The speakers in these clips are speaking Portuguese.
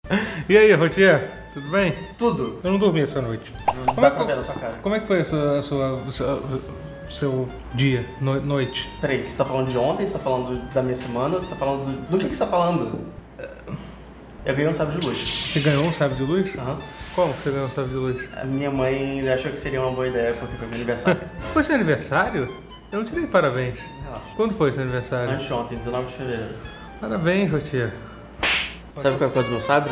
E aí, Rotier, tudo bem? Tudo. Eu não dormi essa noite. Não dá pra ver na sua cara. Como é que foi seu dia, noite? Peraí, você tá falando de ontem? Você tá falando da minha semana? Você tá falando... Do que você tá falando? Eu ganhei um sabre de luz. Você ganhou um sabre de luz? Aham. Como que você ganhou um sabre de luz? A minha mãe achou que seria uma boa ideia porque foi meu aniversário. Foi seu aniversário? Eu não te dei parabéns. Relaxa. Quando foi seu aniversário? Antes de ontem, 19 de fevereiro. Parabéns, Rotier. Sabe qual é a cor do meu sabre?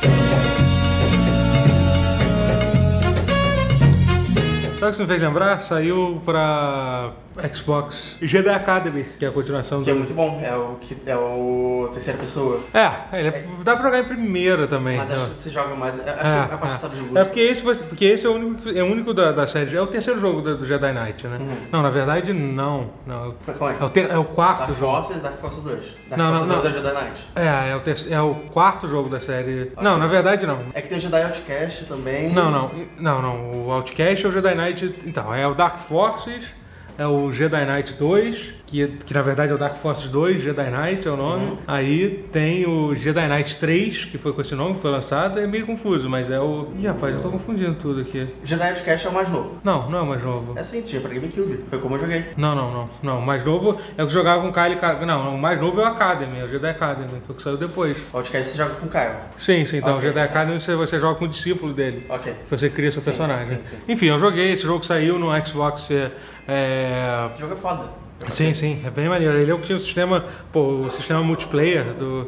Sabe o que você me fez lembrar? Saiu pra Xbox Jedi Academy, que é a continuação Que é muito bom. É o terceira pessoa. dá pra jogar em primeira também. Mas acho que você joga mais... Acho que a parte do sabre de luz... Porque esse é o único da série. É o terceiro jogo do Jedi Knight, né? Uhum. Não, na verdade, não. Qual é? É o quarto Dark jogo. Forces, Dark Forces 2. Dark Não, Forces não, 2 é Jedi Knight. É o quarto jogo da série. Ok. Não, na verdade, não. É que tem o Jedi Outcast também. Não. O Outcast é o Jedi Knight. Então, é o Dark Forces, é o Jedi Knight 2, que na verdade é o Dark Forces 2, Jedi Knight é o nome. Uhum. Aí tem o Jedi Knight 3, que foi com esse nome, que foi lançado, é meio confuso, mas é o... Ih, rapaz, eu tô confundindo tudo aqui. Jedi Outcast é o mais novo. Não é o mais novo. É sim, tinha pra GameCube. Foi como eu joguei. Não. O mais novo é o que jogava com Kyle. Não, o mais novo é o Academy, é o Jedi Academy, foi o que saiu depois. O Outcast você joga com o Kyle. Sim, então Ok. o Jedi Academy você joga com o discípulo dele. Ok. Você cria seu Sim, personagem. sim. Enfim, eu joguei, esse jogo saiu no Xbox. Esse jogo é foda. Sim, é bem maneiro. Ele é o que tinha o sistema multiplayer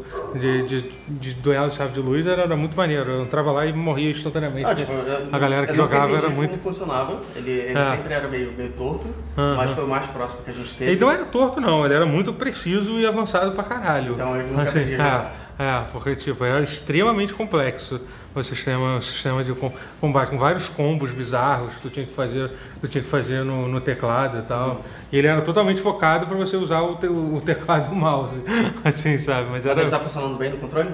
de duelo de chave de luz era muito maneiro. Eu entrava lá e morria instantaneamente. A galera que jogava era muito. Como funcionava. Ele sempre era meio torto, mas foi o mais próximo que a gente teve. Ele não era torto, não, ele era muito preciso e avançado pra caralho. Então eu nunca aprendi a jogar. Porque tipo, era extremamente complexo o sistema de combate, com vários combos bizarros que tu tinha que fazer no teclado e tal. E ele era totalmente focado para você usar o teclado e o mouse, assim, sabe? Mas ele tá funcionando bem no controle?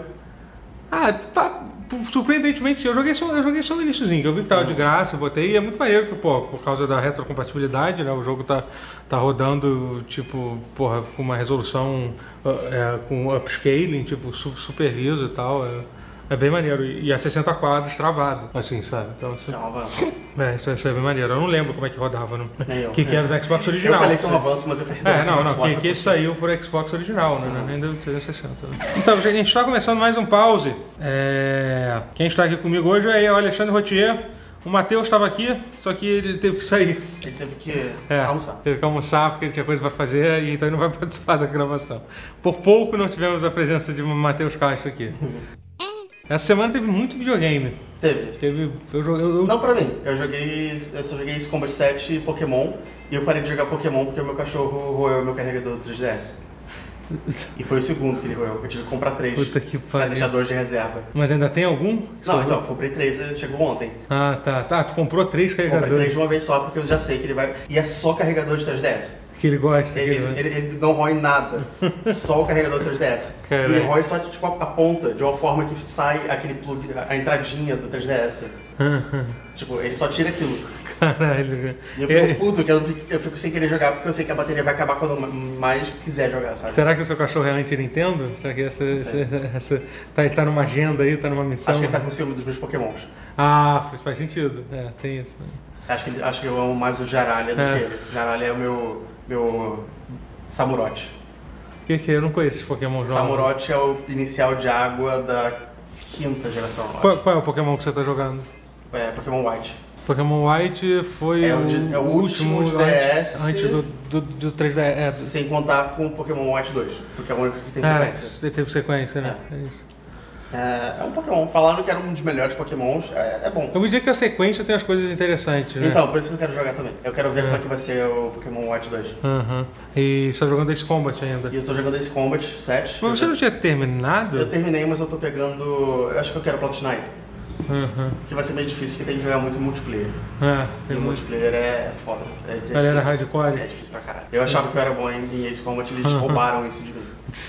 Surpreendentemente, eu joguei só o iniciozinho, que eu vi que tava de graça, botei, e é muito maneiro, porque, por causa da retrocompatibilidade, né, o jogo tá rodando, tipo, com uma resolução, com upscaling, tipo, super liso e tal, é bem maneiro, e a 60 quadros travado, assim, sabe? Então, É um avanço. Isso é bem maneiro, eu não lembro como é que rodava, Nem eu. que era do Xbox original. Eu falei que é um avanço, mas eu perdi. Que esse saiu por Xbox original, né? Nem do 360. Então, gente, a gente está começando mais um pause. Quem está aqui comigo hoje é o Alexandre Rotier. O Matheus estava aqui, só que ele teve que sair. Ele teve que almoçar. Teve que almoçar porque ele tinha coisa para fazer e então ele não vai participar da gravação. Por pouco não tivemos a presença de Matheus Castro aqui. Essa semana teve muito videogame. Teve. Não pra mim. Eu só joguei Ace Combat 7 e Pokémon. E eu parei de jogar Pokémon porque o meu cachorro roeu meu carregador do 3DS. E foi o segundo que ele roeu. Eu tive que comprar 3. Puta que pra pariu. deixar 2 de reserva. Mas ainda tem algum? Não, então, comprei 3, chegou ontem. Tá. Tu comprou 3 carregadores. Comprei 3 de uma vez só porque eu já sei que ele vai... E é só carregador de 3DS. Que ele gosta. Ele não rói nada, só o carregador 3DS. Caralho. Ele rói só tipo, a ponta, de uma forma que sai aquele plug, a entradinha do 3DS. Tipo, ele só tira aquilo. Caralho. E eu fico puto, que eu fico sem querer jogar, porque eu sei que a bateria vai acabar quando mais quiser jogar, sabe? Será que o seu cachorro é anti-Nintendo? Será que ele tá numa agenda aí, tá numa missão? Acho que ele tá com ciúme dos meus Pokémons. Faz sentido. Tem isso. Acho que eu amo mais o Jaralha do que ele. Jaralha é o meu Samurott. Que é? Eu não conheço esse Pokémon jogos. Samurott é o inicial de água da 5ª geração. Qual é o Pokémon que você tá jogando? É Pokémon White. Pokémon White foi o último de DS. Antes do 3DS. Sem contar com o Pokémon White 2, porque é o único que tem sequência. Ele teve sequência, né? É isso. É um Pokémon. Falaram que era um dos melhores Pokémons, é bom. Eu vou dizer que a sequência tem as coisas interessantes, né? Então, por isso que eu quero jogar também. Eu quero ver como é que vai ser o Pokémon White 2. E você tá jogando Ace Combat ainda? E eu tô jogando Ace Combat 7. Mas você não tinha terminado? Eu terminei, mas eu tô pegando... Eu acho que eu quero platinar ele. Porque vai ser meio difícil, porque tem que jogar muito multiplayer. E o multiplayer é foda. Galera hardcore. É difícil pra caralho. Eu achava que eu era bom em Ace Combat, eles roubaram isso de mim.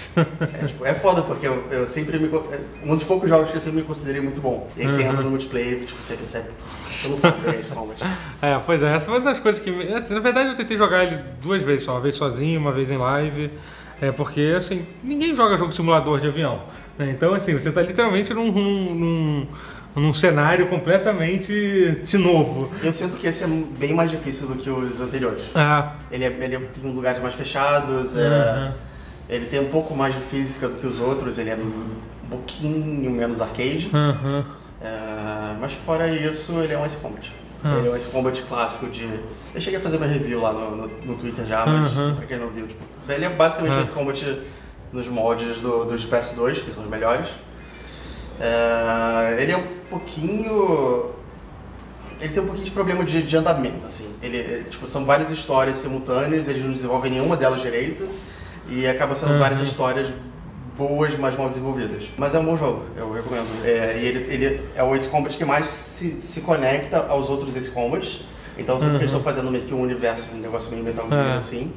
É foda, porque eu sempre um dos poucos jogos que eu sempre me considerei muito bom. E aí você entra no multiplayer, tipo, você não sabe jogar Ace Combat. Pois é, essa foi uma das coisas que... Na verdade eu tentei jogar ele 2 vezes só, uma vez sozinho, uma vez em live. É porque, assim, ninguém joga jogo simulador de avião, né? Então, assim, você tá literalmente num cenário completamente novo. Eu sinto que esse é bem mais difícil do que os anteriores. Ele tem lugares mais fechados, ele tem um pouco mais de física do que os outros, ele é um pouquinho menos arcade. Mas fora isso, ele é um Ace Combat. Ele é um Ace Combat clássico de... Eu cheguei a fazer uma review lá no Twitter já, mas pra quem não viu, tipo... Ele é basicamente um Ace Combat nos moldes dos PS2, que são os melhores. Ele é um pouquinho... Ele tem um pouquinho de problema de andamento, assim. Tipo, são várias histórias simultâneas, eles não desenvolvem nenhuma delas direito. E acaba sendo várias histórias boas, mas mal desenvolvidas. Mas é um bom jogo, eu recomendo. E ele é o Ace Combat que mais se conecta aos outros Ace Combats. Então eu sinto que eles estão fazendo meio que um universo, um negócio meio Metal Gear, assim.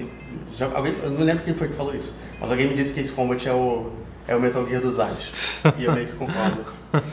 Eu não lembro quem foi que falou isso, mas alguém me disse que Ace Combat é o Metal Gear dos aliens. E eu meio que concordo.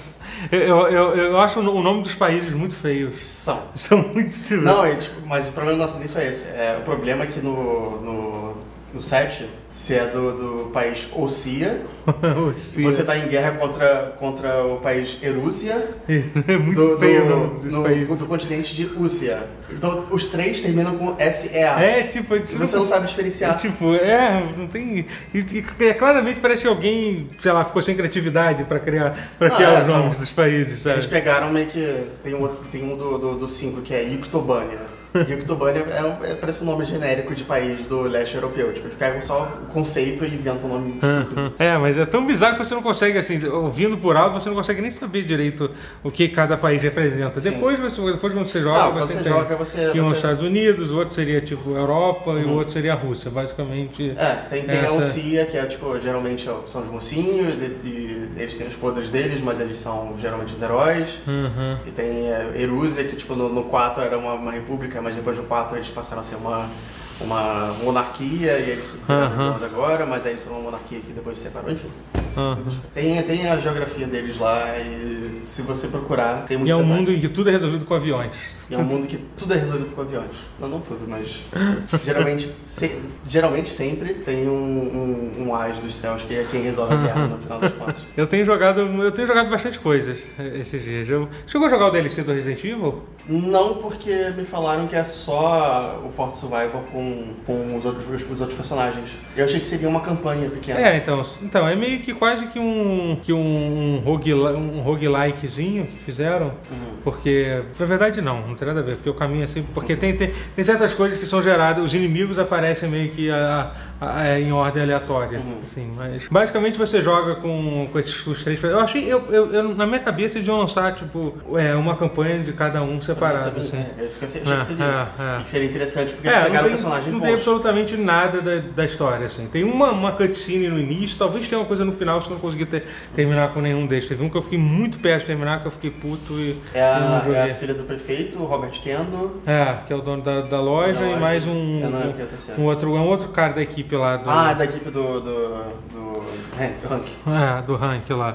Eu acho o nome dos países muito feios. São muito diferentes. Não, mas o problema nosso nisso é esse. O problema é que no 7, se é do país Ossia, você está em guerra contra o país Erússia, é muito feio do continente de Ússia. Então os três terminam com SEA. Você não sabe diferenciar. Não tem. E claramente parece que alguém, sei lá, ficou sem criatividade para criar os nomes dos países, sabe? Eles pegaram meio que. Tem um do 5 que é Ictobânia. Ictobânia parece um nome genérico de país do leste europeu. Tipo, eles pegam só o conceito e inventam um nome estúpido. Mas é tão bizarro que você não consegue, assim, ouvindo por alto, você não consegue nem saber direito o que cada país representa. Depois quando você joga, você tem os Estados Unidos, o outro seria tipo Europa e o outro seria a Rússia, basicamente. Tem a Ossia, que é tipo, geralmente são os mocinhos e eles têm os poderes deles, mas eles são geralmente os heróis. E tem Erússia, que tipo no 4 era uma república, mas depois do 4 eles passaram a ser uma monarquia e eles viraram irmãos agora, mas aí eles são uma monarquia que depois se separou, enfim. Tem a geografia deles lá e se você procurar, tem muito. E é um mundo em que tudo é resolvido com aviões. E é um mundo que tudo é resolvido com aviões. Não tudo, mas geralmente sempre tem um as dos céus que é quem resolve a guerra no final das contas. Eu tenho jogado bastante coisas esses dias. Chegou a jogar o DLC do Resident Evil? Não, porque me falaram que é só o Forza Survivor com os outros personagens. Eu achei que seria uma campanha pequena. Então é meio que quase que um roguelikezinho que fizeram. Porque, na verdade, não tem nada a ver, porque o caminho é sempre... Porque tem certas coisas que são geradas, os inimigos aparecem meio que em ordem aleatória, assim, mas basicamente você joga com os três... Eu na minha cabeça eles iam lançar, tipo, uma campanha de cada um separado, assim. Isso que eu achei que seria. E que seria interessante, porque eles pegaram personagens bons. Não tem absolutamente nada da história, assim. Tem uma cutscene no início, talvez tenha uma coisa no final, se eu não conseguir terminar com nenhum deles. Teve um que eu fiquei muito perto de terminar, que eu fiquei puto e não joguei. É a filha do prefeito, Robert Kendo. Que é o dono da loja e mais um outro cara da equipe lá. Da equipe do Hank. Do Hank lá.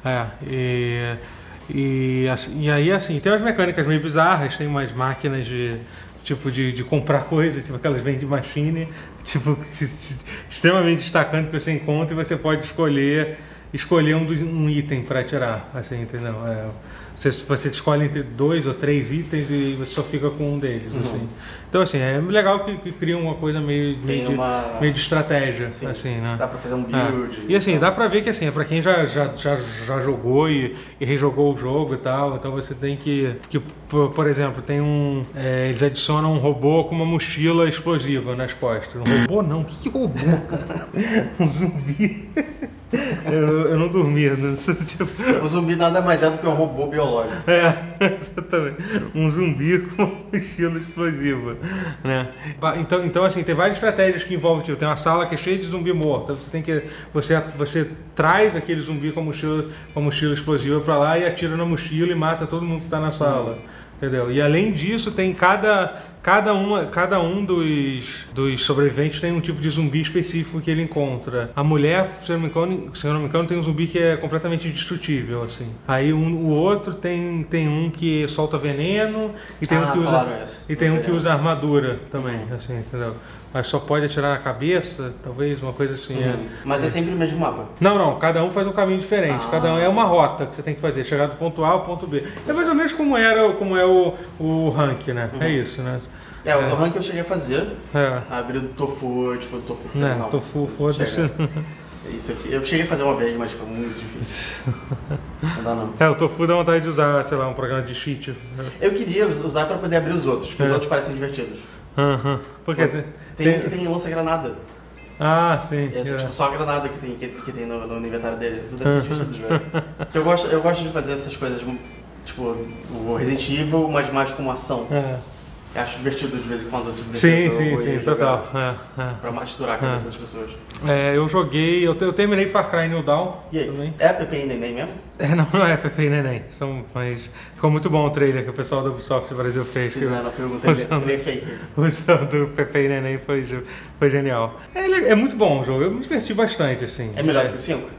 E aí, assim, tem umas mecânicas meio bizarras, tem umas máquinas de comprar coisa, tipo aquelas vending machine, tipo, extremamente destacante que você encontra e você pode escolher um item para tirar, assim, entendeu? Você escolhe entre 2 ou 3 itens e você só fica com um deles, assim. Então, assim, é legal que cria uma coisa meio de estratégia, assim, né? Dá pra fazer um build. E assim, dá pra ver que, assim, é pra quem já jogou e rejogou o jogo e tal, então você tem que por exemplo, tem eles adicionam um robô com uma mochila explosiva nas costas. Um robô não, que robô, cara? Um zumbi. Eu não dormia, né? O zumbi nada mais é do que um robô biológico. Exatamente. Um zumbi com uma mochila explosiva, né? Então, assim, tem várias estratégias que envolvem, tipo, tem uma sala que é cheia de zumbi morto. Então você traz aquele zumbi com a mochila explosiva pra lá e atira na mochila e mata todo mundo que tá na sala. Entendeu? E além disso, tem cada um dos sobreviventes tem um tipo de zumbi específico que ele encontra. A mulher, se eu não me engano, tem um zumbi que é completamente indestrutível, assim. Aí o outro tem um que solta veneno e tem um que usa armadura também, assim, entendeu? só pode atirar na cabeça, talvez, uma coisa assim. Mas é sempre o mesmo mapa? Não, cada um faz um caminho diferente, cada um é uma rota que você tem que fazer, chegar do ponto A ao ponto B. É mais ou menos como é o rank, né? É isso, né? O do rank eu cheguei a fazer, abrir o tofu, tipo, o tofu final. Tofu, foda-se. Isso aqui, eu cheguei a fazer uma vez, mas tipo, muito difícil. Não dá não. O tofu dá vontade de usar, sei lá, um programa de cheat. Eu queria usar pra poder abrir os outros, porque os outros parecem divertidos. Porque tem um que tem lança-granada. Ah, sim. Esse é tipo só a granada que tem no inventário dele. Isso deve ser divertido, velho. Eu gosto de fazer essas coisas, tipo, o Resident Evil, mas mais como ação. Eu acho divertido de vez em quando. Sim, total. Pra misturar a cabeça das pessoas. Eu terminei Far Cry New Dawn. E aí, também. é Pepe e Neném mesmo? Não é Pepe e Neném. Mas ficou muito bom o trailer que o pessoal do Ubisoft Brasil fez. Fizeram, foi um trailer fake. O som do Pepe e Neném foi genial. É muito bom o jogo, eu me diverti bastante, assim. É melhor do que o 5?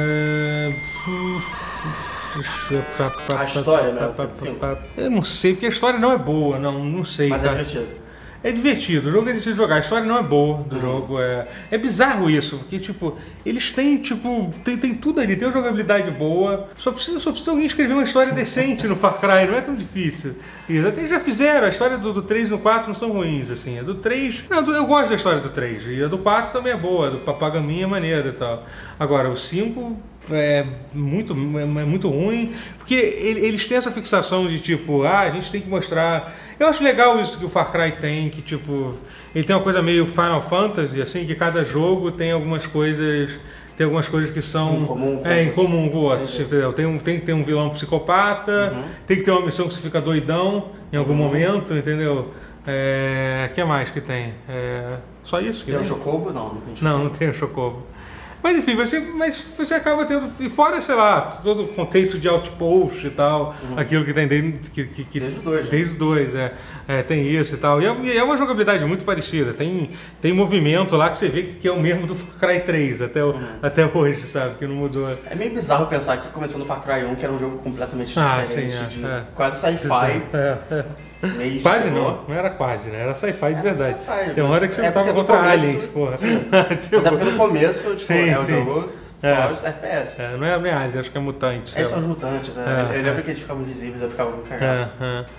A história é melhor do que o 5? Eu não sei, porque a história não é boa, não sei. Mas é divertido. É divertido, o jogo é divertido de jogar, a história não é boa do jogo, é bizarro isso, porque tipo, eles têm tipo, tem tudo ali, tem uma jogabilidade boa, só precisa alguém escrever uma história decente no Far Cry, não é tão difícil. E até já fizeram, a história do 3 e do 4 não são ruins, assim, a do 3, eu gosto da história do 3, e a do 4 também é boa, a do Papagaminha é maneira e tal. Agora, o 5... É muito ruim, porque eles têm essa fixação de tipo, a gente tem que mostrar. Eu acho legal isso que o Far Cry tem, que tipo, ele tem uma coisa meio Final Fantasy, assim, que cada jogo tem algumas coisas que são em comum com outros, entendeu? Tem que ter um vilão psicopata, tem que ter uma missão que você fica doidão em algum momento, entendeu? O que mais que tem? Só isso? Tem um Chocobo? Não tem Chocobo. Não tem um Chocobo. Mas enfim, você acaba tendo, e fora, sei lá, todo o contexto de outpost e tal, aquilo que tem desde o 2, tem isso e tal. E é uma jogabilidade muito parecida, tem movimento lá que você vê que é o mesmo do Far Cry 3 até hoje, sabe, que não mudou. É meio bizarro pensar que começou no Far Cry 1, que era um jogo completamente diferente, quase sci-fi. Quase não era quase, né? Era sci-fi de verdade. Tem uma hora que você não tava contra aliens, porra. Tipo, mas é porque no começo, um jogo só os FPS. Não é ameaça, acho que é mutante. Eles são os mutantes, eu lembro que eles ficavam invisíveis, eu ficava com cagaço.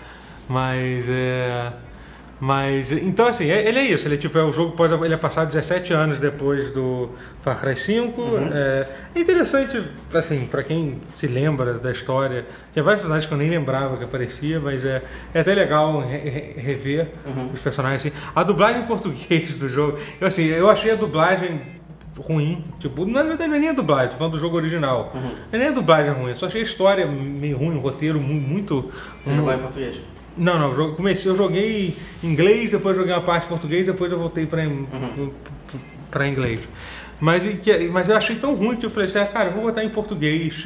Mas, então assim, ele é isso, o jogo ele é passado 17 anos depois do Far Cry 5, é interessante, assim, pra quem se lembra da história, tinha vários personagens que eu nem lembrava que aparecia, mas é até legal rever os personagens, assim. A dublagem em português do jogo, eu achei a dublagem ruim, tipo, na verdade não é nem a dublagem, tô falando do jogo original, não é nem a dublagem ruim, eu só achei a história meio ruim, o roteiro muito... Você jogou em português? Não, eu joguei em inglês, depois joguei uma parte em português, depois eu voltei pra inglês. Mas eu achei tão ruim que eu falei assim, cara, eu vou botar em português,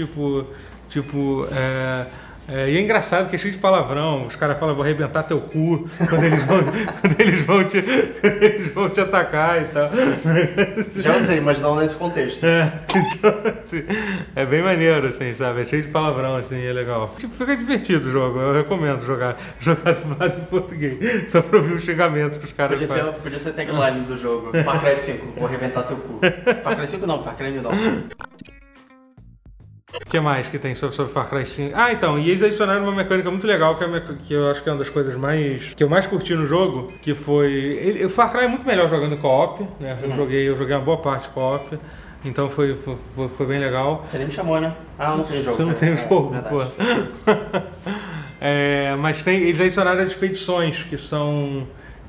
e é engraçado que é cheio de palavrão, os caras falam, vou arrebentar teu cu quando eles vão te atacar e tal. Já sei, mas não nesse contexto. Então, assim, é bem maneiro, assim, sabe? É cheio de palavrão, assim, é legal. Fica divertido o jogo, eu recomendo jogar dublado em português, só pra ouvir os xingamentos que os caras fazem. Podia ser a tagline do jogo, Far Cry 5, vou arrebentar teu cu. Far Cry 5 não, Far Cry não. O que mais que tem sobre Far Cry 5? Então, e eles adicionaram uma mecânica muito legal, que eu acho que é uma das coisas que eu mais curti no jogo, que foi... O Far Cry é muito melhor jogando co-op, né? Eu joguei uma boa parte co-op, então foi bem legal. Você nem me chamou, né? Não tem jogo. Você não tem jogo, pô. Mas eles adicionaram as expedições, que são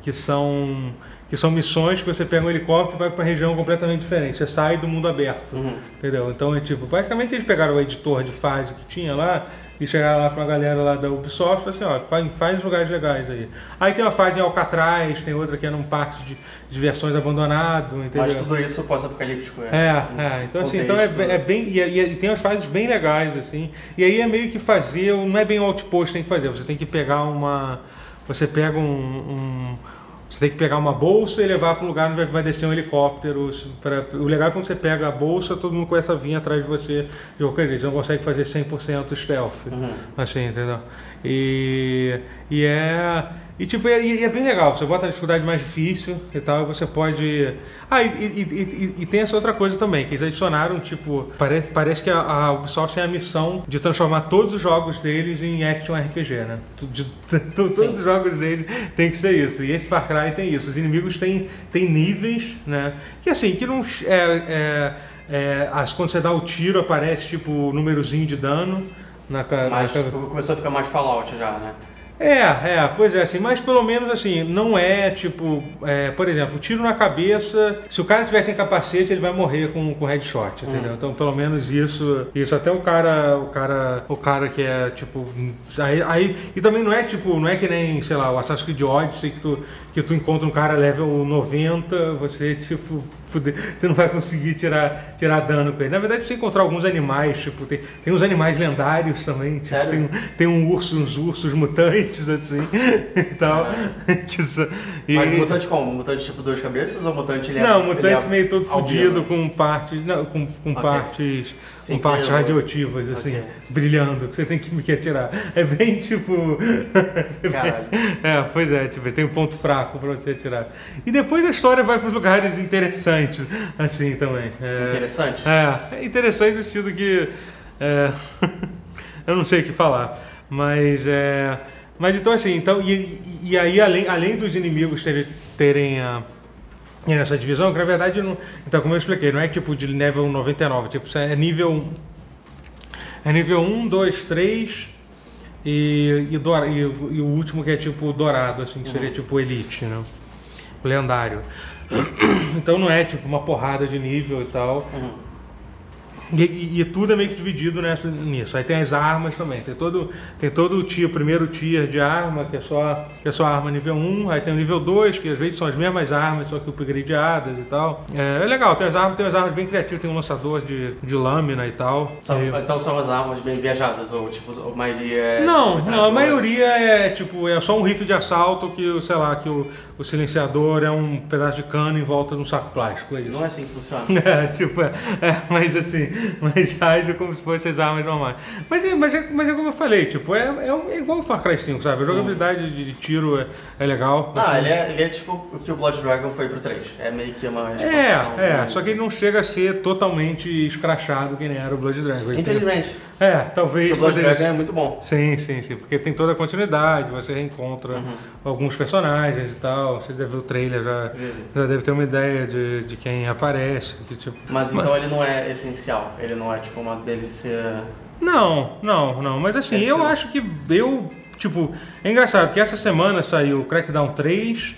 missões que você pega um helicóptero e vai para uma região completamente diferente. Você sai do mundo aberto, entendeu? Então basicamente eles pegaram o editor de fase que tinha lá e chegaram lá para a galera lá da Ubisoft e falaram assim, faz lugares legais aí. Aí tem uma fase em Alcatraz, tem outra que é num parque de diversões abandonado, entendeu? Mas tudo isso pós-apocalíptico. Então assim, é bem... E tem umas fases bem legais, assim. E aí é meio que fazer... Não é bem o outpost que tem que fazer, você tem que pegar uma... Você pega você tem que pegar uma bolsa e levar para um lugar onde vai descer um helicóptero. O legal é quando você pega a bolsa, todo mundo começa a vir atrás de você de qualquer jeito. Você não consegue fazer 100% stealth, assim, entendeu? E E tipo, é bem legal, você bota a dificuldade mais difícil e tal, e você pode... e tem essa outra coisa também, que eles adicionaram, tipo, parece que a Ubisoft tem a missão de transformar todos os jogos deles em action RPG, né? Todos os jogos deles tem que ser isso, e esse Far Cry tem isso. Os inimigos têm níveis, né? Que assim, que não... quando você dá o tiro, aparece, tipo, o númerozinho de dano. Começou a ficar mais Fallout já, né? Pois é, assim, mas pelo menos assim, não é tipo, por exemplo, tiro na cabeça, se o cara tiver sem capacete, ele vai morrer com headshot, entendeu? Então, pelo menos isso até o cara que é tipo, aí e também não é tipo, não é que nem, sei lá, o Assassin's Creed Odyssey que tu encontra um cara level 90, você tipo, você não vai conseguir tirar dano com ele. Na verdade, você encontrar alguns animais, tipo, tem uns animais lendários também, tipo, tem uns ursos mutantes, assim, e tal. Mas mutante como? Mutante tipo duas cabeças ou mutante mutante meio todo fudido, com partes radioativas, assim, brilhando, que você tem que atirar. É bem tipo... Caralho. Pois é, tipo, tem um ponto fraco pra você atirar. E depois a história vai para os lugares interessantes, assim, também. Interessante? É interessante no sentido que... eu não sei o que falar, mas então assim, e aí além dos inimigos terem essa divisão, que na verdade não, então como eu expliquei, não é tipo de nível 99, tipo, é nível 1, 2, 3 e o último que é tipo dourado, assim, que seria tipo elite, né? O lendário. Então não é tipo uma porrada de nível e tal. E tudo é meio que dividido nisso. Aí tem as armas também. Tem todo o primeiro tier de arma, que é só arma nível 1. Aí tem o nível 2, que às vezes são as mesmas armas, só que upgradeadas e tal. É legal, tem as armas bem criativas, tem um lançador de lâmina e tal. Então são as armas bem viajadas, ou tipo, a maioria é... Não, a maioria é só um rifle de assalto que, sei lá, que o silenciador é um pedaço de cano em volta de um saco plástico, é isso. Não é assim que funciona. Mas assim... Mas age como se fossem as armas normais. Mas é como eu falei, tipo, é igual o Far Cry 5, sabe? A jogabilidade de tiro é legal. Assim. Ele é tipo o que o Blood Dragon foi pro 3. É meio que uma expansão. Só que ele não chega a ser totalmente escrachado que nem era o Blood Dragon. Infelizmente. Talvez. Porque o Blood Dragon é muito bom. Sim, porque tem toda a continuidade, você reencontra alguns personagens e tal. Você deve ver o trailer, já deve ter uma ideia de quem aparece. Mas então ele não é essencial, ele não é tipo uma DLC. Não, mas assim, eu acho que tipo, é engraçado que essa semana saiu Crackdown 3,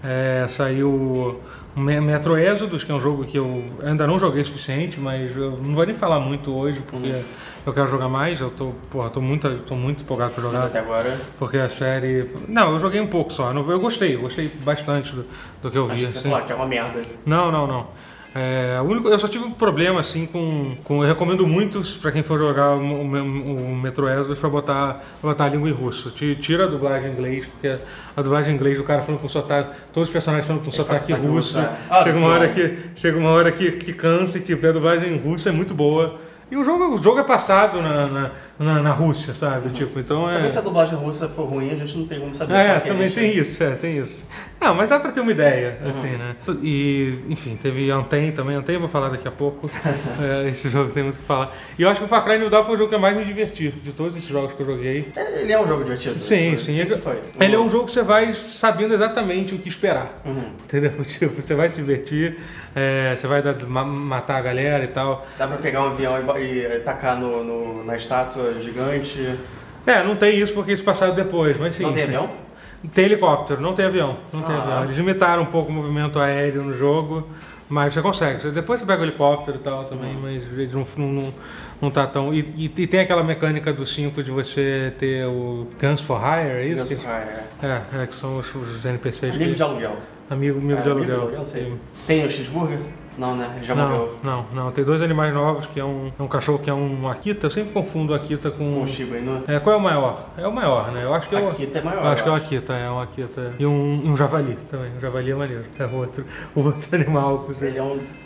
saiu Metro Exodus, que é um jogo que eu ainda não joguei o suficiente, mas eu não vou nem falar muito hoje, porque eu quero jogar mais, eu tô muito empolgado pra jogar. Mas até agora? Porque a série... Não, eu joguei um pouco só, eu gostei bastante do que eu vi. Acho que você que é uma merda. Não. Eu só tive um problema assim com eu recomendo muito pra quem for jogar o Metro Exodus pra botar a língua em russo. Tira a dublagem em inglês, porque a dublagem em inglês do cara falando com sotaque, todos os personagens falando com sotaque russo. Chega uma hora que cansa e tipo, a dublagem em russo é muito boa. E o jogo é passado na Rússia, sabe? Tipo, então Também se a dublagem russa for ruim, a gente não tem como saber. Também tem isso. Não, mas dá pra ter uma ideia, assim, né? E, enfim, teve Untamed também. Untamed eu vou falar daqui a pouco. Esse jogo tem muito o que falar. E eu acho que o Far Cry New Dawn foi o jogo que eu mais me diverti de todos esses jogos que eu joguei. Ele é um jogo divertido. Sim. Ele é um jogo que você vai sabendo exatamente o que esperar. Entendeu? Tipo, você vai se divertir, você vai matar a galera e tal. Dá pra pegar um avião e tacar na estátua gigante. Não tem isso porque isso passaram depois, mas sim. Não tem avião? Tem helicóptero, não tem avião. Eles limitaram um pouco o movimento aéreo no jogo, mas você consegue. Depois você pega o helicóptero e tal também, mas ele não tá tão... E tem aquela mecânica do 5 de você ter o Guns for Hire, é isso? Guns for Hire, que são os NPCs. Amigo de aluguel. Amigo de aluguel. Tem o cheeseburger? Não, né? Ele já morreu. Não. Tem dois animais novos, que é um cachorro que é um Akita. Eu sempre confundo o Akita com... o Shiba Inu? Qual é o maior? É o maior, né? Eu acho que Akita é maior. Acho que é o Akita, um Akita. E um javali também. Um javali é maneiro. É o outro animal. Ele é um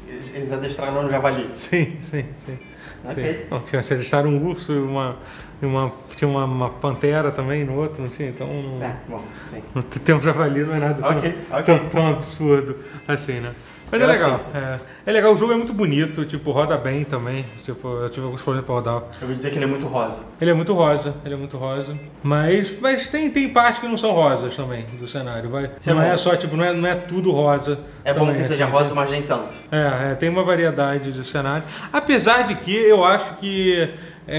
eles adestraram um javali. Sim. Ok. Não, eles adestraram um urso tinha uma pantera também no outro, não tinha? Então Bom, sim. Ter um javali não é nada tão absurdo assim, né? Mas é legal. É legal, o jogo é muito bonito, tipo, roda bem também. Tipo, eu tive alguns problemas pra rodar. Eu ouvi dizer que ele é muito rosa. Ele é muito rosa. Mas tem partes que não são rosas também do cenário. Não é só, tipo, não é tudo rosa. É bom que seja rosa, mas nem tanto. Tem uma variedade de cenário. Apesar de que eu acho que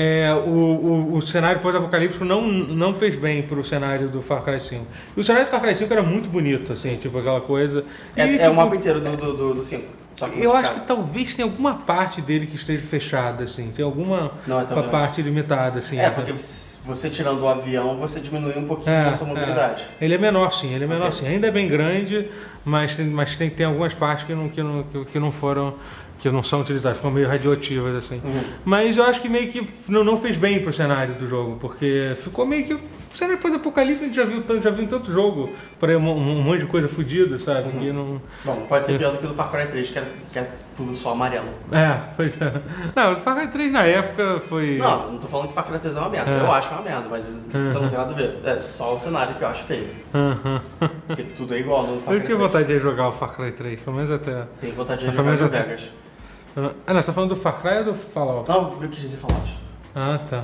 o cenário pós-apocalíptico não fez bem pro cenário do Far Cry 5. E o cenário do Far Cry 5 era muito bonito, assim, tipo aquela coisa. Tipo, o mapa inteiro do 5. Eu acho que talvez tenha alguma parte dele que esteja fechada, assim. Tem alguma parte limitada, assim. Porque você tirando o avião, você diminui um pouquinho a sua mobilidade. Ele é menor, sim. Ainda é bem grande, mas tem algumas partes que não foram... que não são utilizadas, ficam meio radioativas, assim. Mas eu acho que meio que não fez bem pro cenário do jogo, porque ficou meio que... O cenário pós-apocalipse a gente já viu em tanto jogo, por aí um monte de coisa fodida, sabe? Que não... Bom, pode ser pior do que o do Far Cry 3, que é tudo só amarelo. Pois é. Não, o Far Cry 3 na época foi... Não tô falando que o Far Cry 3 é uma merda. Eu acho uma merda, mas isso não tem nada a ver. É só o cenário que eu acho feio. Porque tudo é igual no Far Cry 3. Eu tinha vontade de jogar o Far Cry 3, pelo menos até... Tem vontade de jogar New Vegas. Não, você tá falando do Far Cry ou do Fallout? Não, eu quis dizer Fallout. Tá.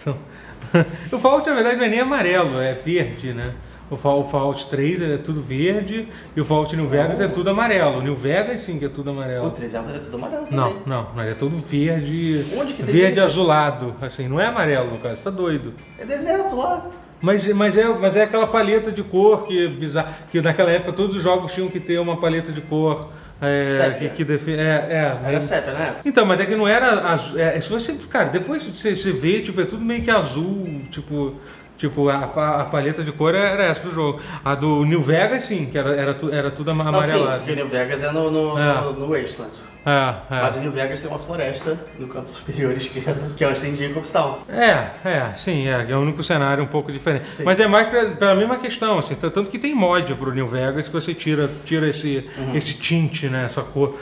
O Fallout, na verdade, não é nem amarelo, é verde, né? O Fallout 3 é tudo verde e o Fallout New Vegas é tudo amarelo. O New Vegas, sim, que é tudo amarelo. O 3 é tudo amarelo também. Não, é tudo verde. Onde que tem verde azulado, assim, não é amarelo, no caso, você tá doido. É deserto lá. Mas é aquela paleta de cor que naquela época todos os jogos tinham que ter uma paleta de cor. Que define. Era sépia, né? Então, mas é que não era azul. Se você, cara, depois você vê, tipo, é tudo meio que azul, tipo a paleta de cor era essa do jogo. A do New Vegas, sim, que era tudo amarelado. Sim, porque New Vegas é no Wasteland. Mas o New Vegas tem uma floresta no canto superior esquerdo, que é onde tem Jacobstown. Sim, é o único cenário um pouco diferente. Sim. Mas é mais pela mesma questão, assim, tanto que tem mod pro New Vegas que você tira esse tint, né, essa cor,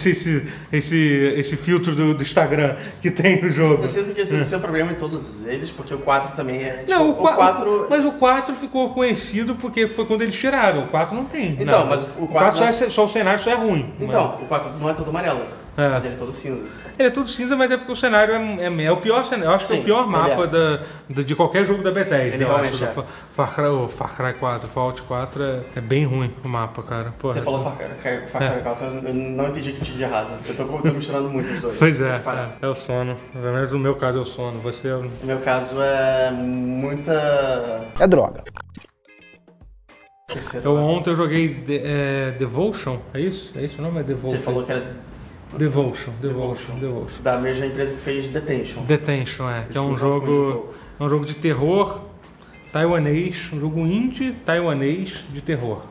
esse filtro do Instagram que tem no jogo. Eu sinto que esse é um problema em todos eles, porque o 4 também é... Não, o 4... Mas o 4 ficou conhecido porque foi quando eles tiraram. O 4 não tem. Então, nada. mas o 4 só o cenário só é ruim. Então, o 4 não é todo amarelo. Mas ele é todo cinza. Ele é todo cinza, mas é porque o cenário é o pior cenário. Eu acho que é o pior mapa de qualquer jogo da Bethesda. Ele realmente o Far Cry 4, Fallout 4 é bem ruim o mapa, cara. Porra, você falou Far Cry 4, eu não entendi o que tinha de errado. Eu tô misturando muito os dois. Pois é o sono. Pelo menos no meu caso é o sono. No meu caso é muita... É droga. Ontem eu joguei Devotion, é isso? É isso o nome? É Devotion? Você falou que era... Devotion. Da mesma empresa que fez Detention. Que é um jogo de terror taiwanês, um jogo indie taiwanês de terror.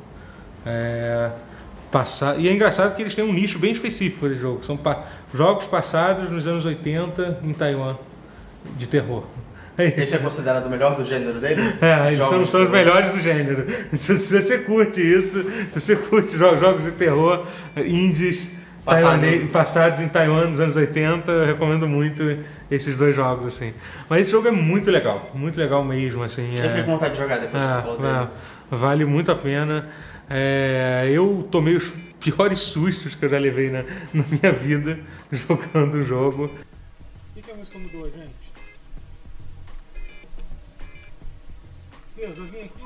E é engraçado que eles têm um nicho bem específico de jogo. São jogos passados nos anos 80 em Taiwan, de terror. Esse é considerado o melhor do gênero dele? Eles são os melhores do gênero. Se você curte isso, se você curte jogos de terror indies passados em Taiwan nos anos 80, eu recomendo muito esses dois jogos, assim. Mas esse jogo é muito legal mesmo, assim. Eu fiquei com vontade de jogar depois que você falou dele. Vale muito a pena. Eu tomei os piores sustos que eu já levei na minha vida jogando o jogo. O que a música mudou, gente? Eu joguei aqui.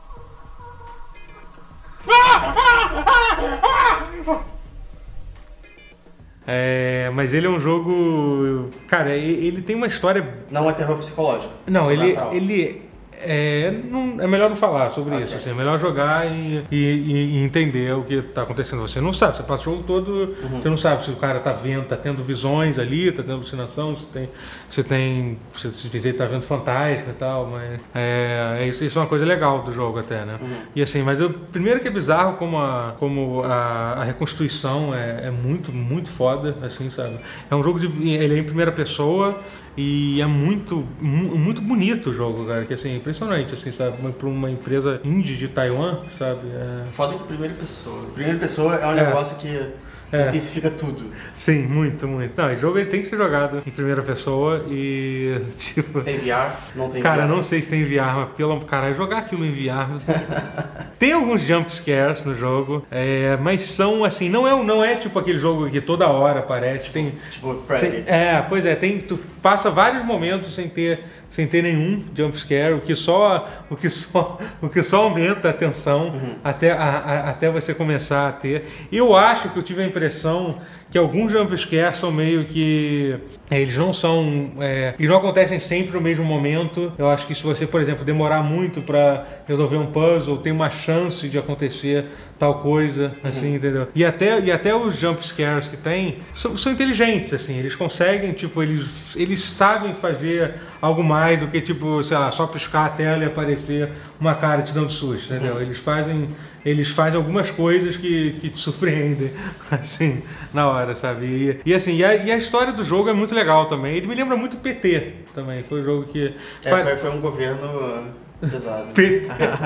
Mas ele é um jogo... Cara, ele tem uma história... Não é terror psicológico. Não, ele é melhor não falar sobre isso. Assim, é melhor jogar e entender o que está acontecendo. Você não sabe, você passa o jogo todo, você não sabe se o cara tá tendo visões ali, tá tendo alucinação, se ele tá vendo fantasma e tal, mas isso é uma coisa legal do jogo até, né? E assim, mas primeiro que é bizarro como a reconstituição é muito, muito foda, assim, sabe? É um jogo ele é em primeira pessoa, E é muito bonito o jogo, cara, que assim, é impressionante, assim, sabe, pra uma empresa indie de Taiwan, sabe? Foda que primeira pessoa é um negócio que intensifica tudo. Sim, muito. Não, o jogo ele tem que ser jogado em primeira pessoa e, tipo... Tem VR? Não tem VR? Cara, não sei se tem VR, mas pelo caralho, jogar aquilo em VR... Tem alguns jump scares no jogo, mas são assim, não é tipo aquele jogo que toda hora aparece. Tipo Freddy. Pois é, tu passa vários momentos sem ter nenhum jump scare, o que só aumenta a tensão até você começar a ter. Eu acho que eu tive a impressão que alguns jump scares são meio que... eles não são... eles não acontecem sempre no mesmo momento. Eu acho que se você, por exemplo, demorar muito pra resolver um puzzle, tem uma chance de acontecer tal coisa, assim, entendeu? E até os jump scares que tem são inteligentes, assim. Eles conseguem, tipo, eles sabem fazer algo mais do que, tipo, sei lá, só piscar a tela e aparecer uma cara te dando susto, entendeu? Eles fazem algumas coisas que te surpreendem, assim, na hora, sabe? E a história do jogo é muito legal também. Ele me lembra muito PT também. Foi um jogo que... Foi um governo pesado. PT.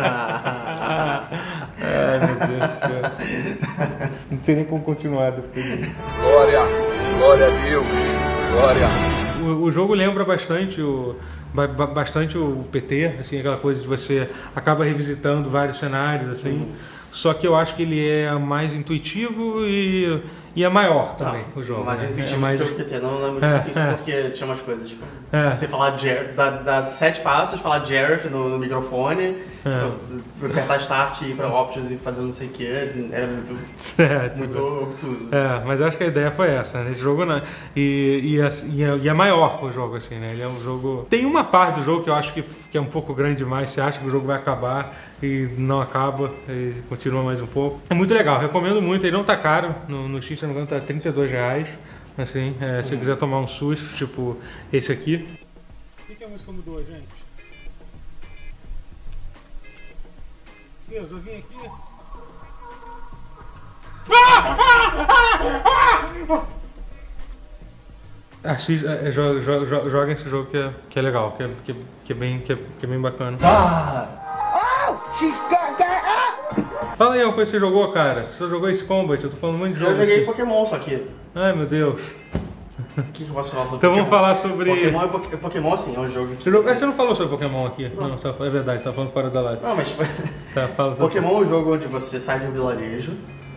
Ai, meu Deus do céu. Não sei nem como continuar depois disso. Glória a Deus, glória. O jogo lembra bastante o PT, assim, aquela coisa de você acaba revisitando vários cenários, assim. Só que eu acho que ele é mais intuitivo e é maior também, o jogo. Mais intuitivo mais... que o PT, não é muito difícil porque tinha umas coisas, tipo, você falar dar 7 passos, falar Jareth no microfone, tipo, apertar Start e ir pra Options e fazer não sei o que, era muito obtuso. Mas eu acho que a ideia foi essa, né? Esse jogo, né? E é maior o jogo, assim, né? Ele é um jogo... Tem uma parte do jogo que eu acho que é um pouco grande demais, você acha que o jogo vai acabar e não acaba, e continua mais um pouco. É muito legal, recomendo muito, ele não tá caro, no X, se não me engano, tá R$32, assim, se você quiser tomar um susto, tipo esse aqui. Por que a música mudou, gente? Deus, eu vim aqui... Joga esse jogo que é legal, que é bem bacana. Fala aí uma coisa que você jogou, cara. Você só jogou Ace Combat, eu tô falando muito de jogo. Eu joguei aqui. Pokémon só que... Ai, meu Deus. O que eu posso falar sobre Então Pokémon? vamos falar sobre... Pokémon, assim, é um jogo que... Você não falou sobre Pokémon aqui? Não, é verdade, tá falando fora da live. Não, mas... Tá, fala sobre... Pokémon é um jogo onde você sai de um vilarejo,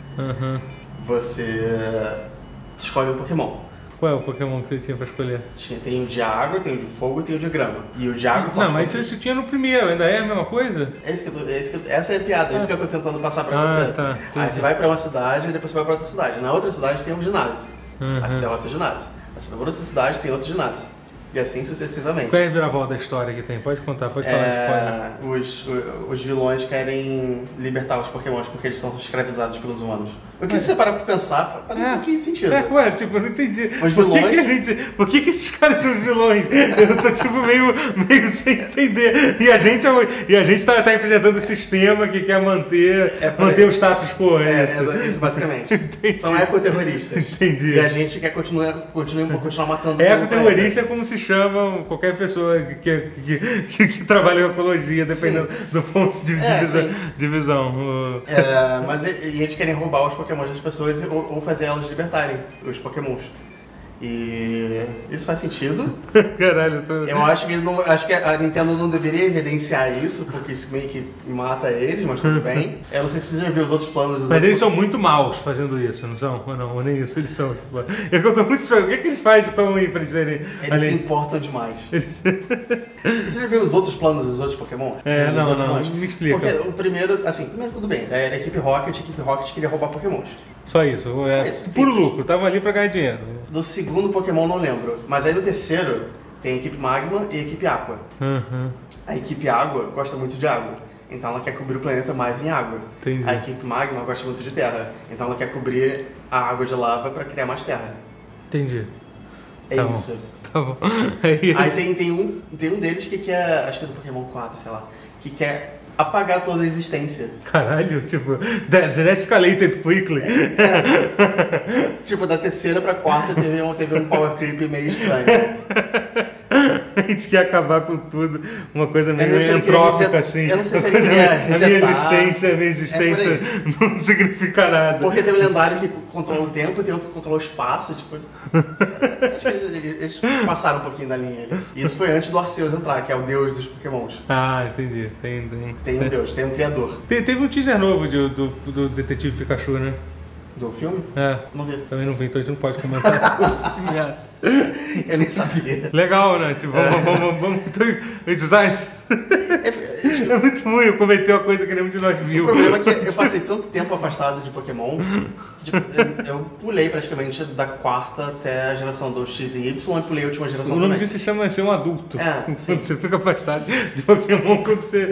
você escolhe um Pokémon. Qual é o Pokémon que você tinha pra escolher? Tem o de água, tem o de fogo e tem o de grama. E o de água... Não, mas isso tinha no primeiro, ainda é a mesma coisa? Essa é a piada, é isso que eu tô tentando passar pra você. Tá, aí você vai pra uma cidade e depois você vai pra outra cidade. Na outra cidade tem um ginásio. Aí você derrota o ginásio. Aí você vai pra outra cidade tem outro ginásio. E assim sucessivamente. Qual é a reviravolta da história que tem? Pode contar, pode falar de spoiler. Os vilões querem libertar os Pokémons porque eles são escravizados pelos humanos. O que se você parar pra pensar, faz um pouquinho de sentido. Tipo, eu não entendi. Os vilões... Por que esses caras são vilões? Eu tô tipo meio sem entender. E a gente tá enfrentando o sistema que quer manter o status quo. Isso basicamente. Entendi. São ecoterroristas. Entendi. E a gente quer continuar matando os ecoterrorista é como se chama qualquer pessoa que trabalha em ecologia, dependendo do ponto de visão. Mas eles querem roubar os Pokémon das pessoas ou fazer elas libertarem os Pokémons. E isso faz sentido. Caralho, eu acho que a Nintendo não deveria evidenciar isso, porque isso meio que mata eles, mas tudo bem. Eu não sei se você já viu os outros planos dos Mas eles são muito maus fazendo isso, não são? Ou não? Ou nem isso, eles são. Tipo, eu tô muito choque. O que eles fazem de tão ruim pra eles serem. Eles se importam demais. Você já viu os outros planos dos outros Pokémon? Não, me explica. Porque o primeiro tudo bem. A equipe Rocket queria roubar Pokémons. Só isso, puro lucro, tava ali pra ganhar dinheiro. Do segundo Pokémon não lembro, mas aí no terceiro tem a equipe Magma e a equipe Aqua. A equipe Água gosta muito de água, então ela quer cobrir o planeta mais em água. Entendi. A equipe Magma gosta muito de terra, então ela quer cobrir a água de lava pra criar mais terra. Entendi. Isso. Tá bom. É isso. Aí tem um deles que quer, acho que é do Pokémon 4, sei lá, que quer apagar toda a existência. Caralho, tipo, that escalated quickly. Tipo, da terceira pra quarta teve um power creep meio estranho. basicamente que ia acabar com tudo, uma coisa meio Eu não sei se ele entrópica, queria assim. eu não sei se ele queria A minha resetar. existência não significa nada. Porque tem um lendário que controla o tempo e tem outro que controla o espaço, tipo... Acho que eles passaram um pouquinho da linha ali. E isso foi antes do Arceus entrar, que é o deus dos Pokémons. Ah, entendi. Tem um deus, tem um criador. Teve um teaser novo do Detetive Pikachu, né? Do filme? É. Não vi. Também não vi, então a gente não pode comentar. Que merda. Eu nem sabia. Legal, né? Tipo, vamos é muito ruim, eu comentei uma coisa que nenhum de nós viu. O problema é que eu passei tanto tempo afastado de Pokémon que tipo, eu pulei praticamente da quarta até a geração do X e Y e pulei a última geração O nome também. disso se chama ser um adulto. Sim. Quando você fica afastado de Pokémon, quando você...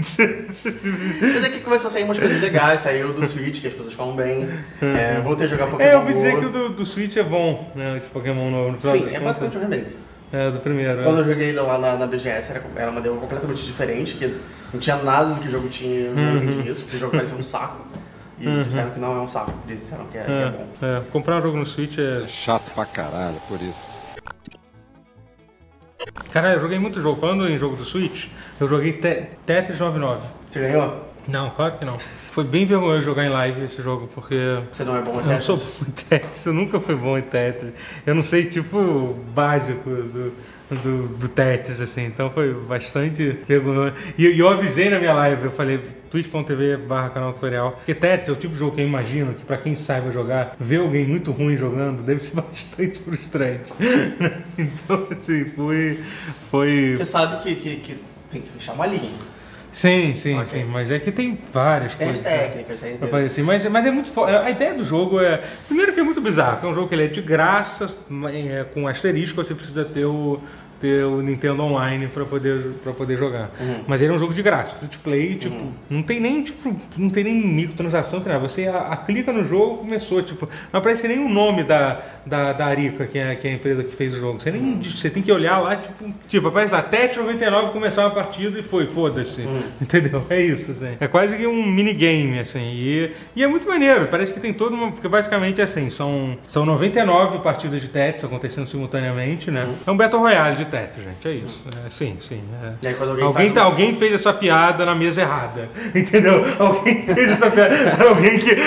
Mas é que começou a sair umas coisas legais, saiu do Switch, que as pessoas falam bem. Voltei a jogar Pokémon eu ouvi Go. dizer que o do Switch é bom, né? Esse Pokémon novo. Sim, é basicamente um remake. É, do primeiro. Quando eu joguei ele lá na BGS, era uma demo completamente diferente, que não tinha nada do que o jogo tinha, eu não entendi isso, porque o jogo parecia um saco. E disseram que não é um saco, disseram que é bom. Comprar um jogo no Switch é... Chato pra caralho, por isso. Caralho, eu joguei muito jogo. Falando em jogo do Switch, eu joguei Tetris 99. Você ganhou? Não, claro que não. Foi bem vergonhoso jogar em live esse jogo, porque... Você não é bom em Eu não Tetris? sou bom em Tetris, eu nunca fui bom em Tetris. Eu não sei, tipo, o básico do Tetris, assim, então foi bastante vergonhoso. E eu avisei na minha live, eu falei, twitch.tv/canal tutorial, porque Tetris é o tipo de jogo que eu imagino que pra quem saiba jogar, ver alguém muito ruim jogando deve ser bastante frustrante. Então, assim, foi... Você sabe que tem que fechar uma linha. Sim, Ok. sim, mas é que tem várias Tem as coisas. técnicas, tem Eu falei assim, mas é muito forte. A ideia do jogo é... Primeiro que é muito bizarro, que é um jogo que ele é de graça, com asterisco, você precisa ter o Nintendo Online pra poder jogar. Mas ele é um jogo de graça, free to play, tipo, não tem nem microtransação, não tem nada. Você clica no jogo, começou, tipo, não aparece nem o nome da Arica, que é a empresa que fez o jogo. Você tem que olhar lá, tipo aparece lá, Tetris 99 começou uma partida e foda-se. Entendeu? É isso, assim. É quase que um minigame, assim. E é muito maneiro, parece que tem toda uma... Porque basicamente é assim, são 99 partidas de Tetris acontecendo simultaneamente, né? É um Battle Royale de Tetris, gente, é isso. Sim. E aí, quando Alguém fez essa piada na mesa errada, entendeu? Alguém fez essa piada, alguém que...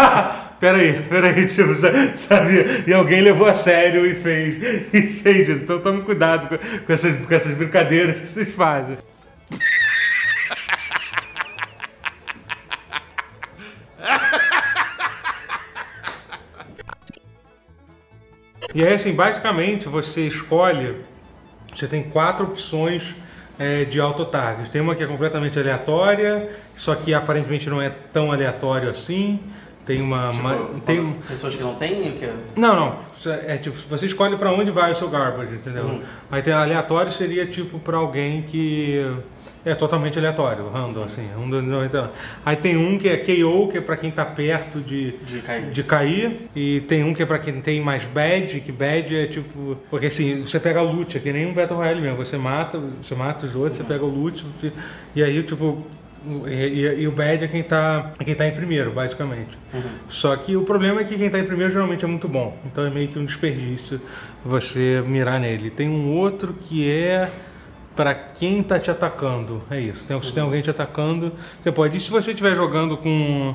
Peraí, tipo, sabe? E alguém levou a sério e fez isso. Então tome cuidado com essas brincadeiras que vocês fazem. E aí, assim, basicamente você tem 4 opções de auto-target. Tem uma que é completamente aleatória, só que aparentemente não é tão aleatório assim. Tem pessoas que não têm o quê? Não. É tipo, você escolhe pra onde vai o seu garbage, entendeu? Aí tem aleatório, seria tipo pra alguém que é totalmente aleatório, random, assim. Aí tem um que é KO, que é pra quem tá perto de cair. E tem um que é pra quem tem mais badge, que badge é tipo... Porque assim, você pega o loot, é que nem um Battle Royale mesmo. Você mata os outros, você pega o loot, e aí tipo... E o badge é quem tá em primeiro, basicamente. Só que o problema é que quem tá em primeiro geralmente é muito bom. Então é meio que um desperdício você mirar nele. Tem um outro que é para quem tá te atacando. É isso. Se tem alguém te atacando, você pode. E se você estiver jogando com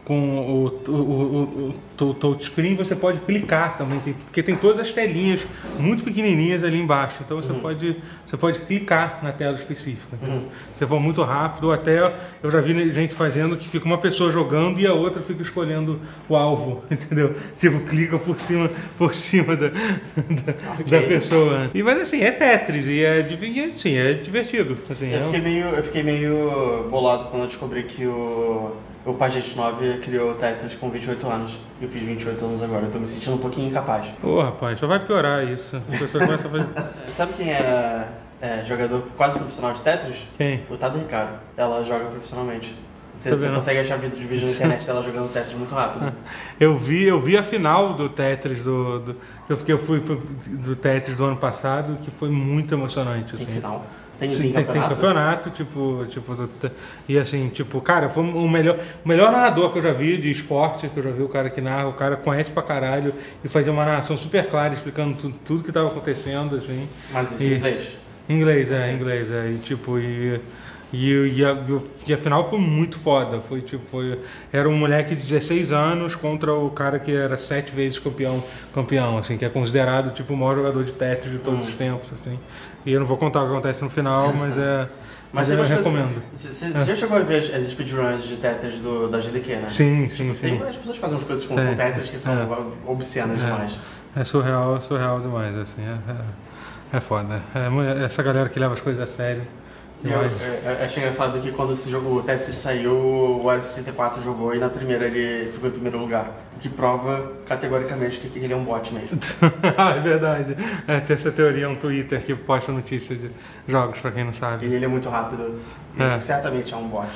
o touchscreen, você pode clicar também, porque tem todas as telinhas muito pequenininhas ali embaixo, então você pode clicar na tela específica. Se for muito rápido, ou até eu já vi gente fazendo que fica uma pessoa jogando e a outra fica escolhendo o alvo, entendeu? Tipo, clica por cima da pessoa. Mas assim, é Tetris e é divertido. Assim, Eu fiquei meio bolado quando eu descobri que o Paget 9 criou o Tetris com 28 anos. Eu fiz 28 anos agora. Eu tô me sentindo um pouquinho incapaz. Rapaz, só vai piorar isso. As pessoas começam a fazer... Sabe quem é jogador quase profissional de Tetris? Quem? O Tado Ricardo. Ela joga profissionalmente. Você vendo? consegue achar vídeo na internet dela jogando Tetris muito rápido. Eu vi a final do Tetris eu fui do Tetris do ano passado, que foi muito emocionante. Tem assim. final? Tem campeonato, tipo, e assim, tipo, cara, foi o melhor narrador que eu já vi de esporte, que eu já vi o cara que narra, o cara conhece pra caralho e fazia uma narração super clara, explicando tudo que tava acontecendo, assim. Mas isso em inglês? Inglês, e tipo, e a final foi muito foda, era um moleque de 16 anos contra o cara que era 7 vezes campeão, assim, que é considerado tipo o maior jogador de Tetris de todos os tempos, assim, e eu não vou contar o que acontece no final, mas eu recomendo. Você já chegou a ver as speedruns de Tetris da GDQ, né? Sim. As pessoas fazem umas coisas com Tetris que são obscenas demais. É surreal demais, assim, é foda. Essa galera que leva as coisas a sério. Eu achei engraçado que quando o Tetris saiu, o Wario 64 jogou e na primeira ele ficou em primeiro lugar. O que prova categoricamente que ele é um bot mesmo. É verdade. Tem essa teoria, um Twitter que posta notícias de jogos, pra quem não sabe. E ele é muito rápido. Ele certamente é um bot.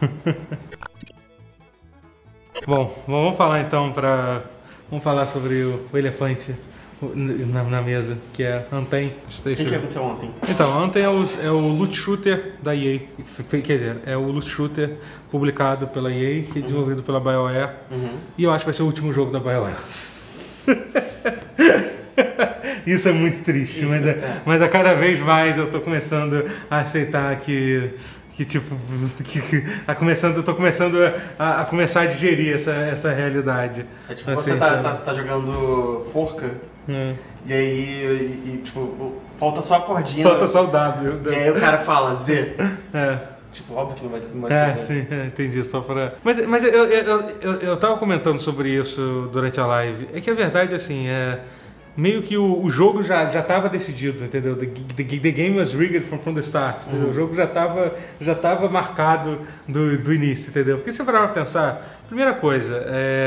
Bom, vamos falar então Vamos falar sobre o elefante na mesa, que é Anthem. O que aconteceu ontem? Então, Anthem é o loot shooter da EA. Quer dizer, é o loot shooter publicado pela EA, que é desenvolvido pela BioWare. E eu acho que vai ser o último jogo da BioWare. Isso é muito triste, mas a cada vez mais eu tô começando a aceitar que eu tô começando a começar a digerir essa realidade. É tipo, assim, você tá jogando Forca, e aí, tipo, falta só a cordinha. Falta só o W. E aí o cara fala Z. Tipo, óbvio que não vai ser Z. Sim, entendi, só pra... Mas eu tava comentando sobre isso durante a live. É que a verdade, assim, meio que o jogo já estava decidido, entendeu? The game was rigged from the start. O jogo já tava marcado do início, entendeu? Porque se você parar pra pensar, primeira coisa,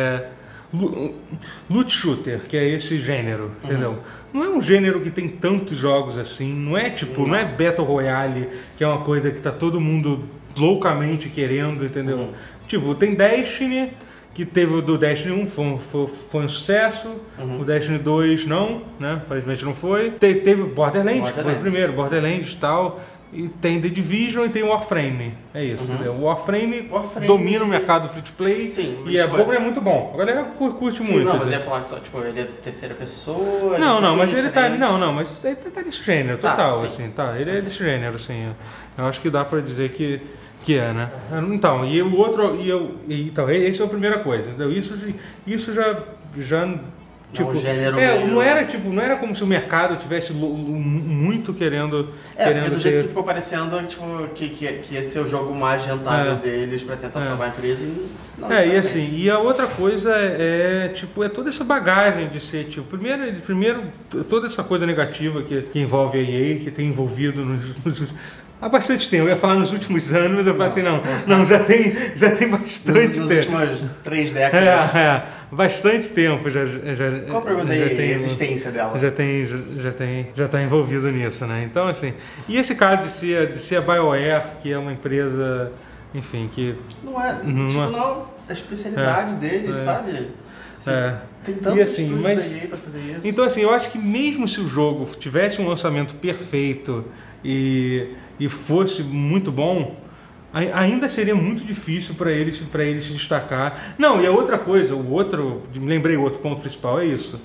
loot shooter, que é esse gênero, entendeu? Não é um gênero que tem tantos jogos assim, não é Battle Royale, que é uma coisa que tá todo mundo loucamente querendo, entendeu? Tipo, tem Destiny, que teve o do Destiny 1, foi um sucesso, o Destiny 2 não, né? Aparentemente não foi. Teve Borderlands, que foi o primeiro, Borderlands e tal. E tem The Division e tem o Warframe. É isso, entendeu? O Warframe domina o mercado free to play. Sim, e é muito bom. A galera curte muito. Não, mas eu ia falar só, tipo, ele é terceira pessoa. Mas ele tá. Mas ele tá nesse gênero, total, assim, tá. Ele é desse gênero, assim. Eu acho que dá pra dizer que é, né? Então, e o outro. Então, essa é a primeira coisa, entendeu? Isso já tipo, não era como se o mercado tivesse muito querendo porque do jeito que ficou parecendo, tipo, que ia ser o jogo mais rentável deles pra tentar salvar a empresa e assim, e a outra coisa é toda essa bagagem de ser, tipo, primeiro toda essa coisa negativa que envolve a EA, que tem envolvido há bastante tempo. Eu ia falar nos últimos anos, mas eu falei assim, não, já tem bastante tempo. Nas últimas 3 décadas. Bastante tempo já. Qual o problema da existência dela? Já está envolvido nisso, né? Então, assim, e esse caso de ser a BioWare, que é uma empresa, enfim, que... Não é a especialidade deles, sabe? Tem tantos estúdios da EA pra fazer isso. Então, assim, eu acho que mesmo se o jogo tivesse um lançamento perfeito e fosse muito bom, ainda seria muito difícil para eles se destacar. Não, e a outra coisa, lembrei o outro ponto principal, é isso.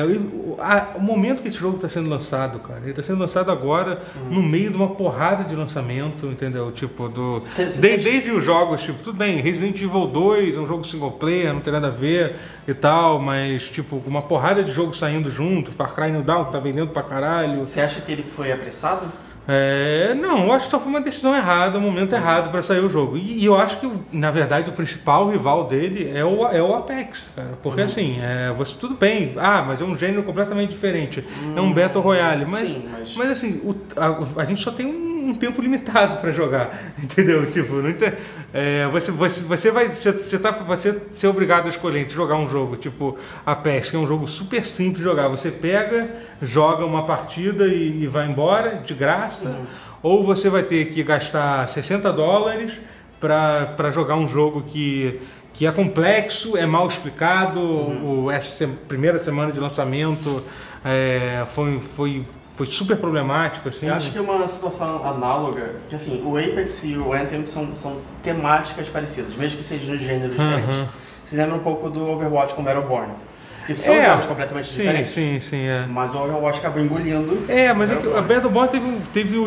O momento que esse jogo está sendo lançado, cara, ele está sendo lançado agora no meio de uma porrada de lançamento, entendeu? Tipo, desde os jogos, tipo, tudo bem, Resident Evil 2 é um jogo single player, não tem nada a ver e tal, mas, tipo, uma porrada de jogos saindo junto, Far Cry New Dawn, que tá vendendo pra caralho. Você acha que ele foi apressado? Não, eu acho que só foi uma decisão errada, um momento errado para sair o jogo. E eu acho que, na verdade, o principal rival dele é o Apex, cara. Porque assim, tudo bem, mas é um gênero completamente diferente. É um Battle Royale, mas assim, a gente só tem um tempo limitado para jogar, entendeu? Tipo, você vai ser obrigado a escolher entre jogar um jogo tipo Apex, que é um jogo super simples de jogar. Você pega, joga uma partida e vai embora de graça, ou você vai ter que gastar $60 para jogar um jogo que é complexo, é mal explicado. Essa primeira semana de lançamento foi super problemático, assim. Eu acho que é uma situação análoga, que assim, o Apex e o Anthem são temáticas parecidas, mesmo que sejam de gêneros diferentes. Se lembra um pouco do Overwatch com Battleborn. Que são jogos completamente diferentes. Sim. Mas o Overwatch acabou engolindo. Mas é que a Battleborn teve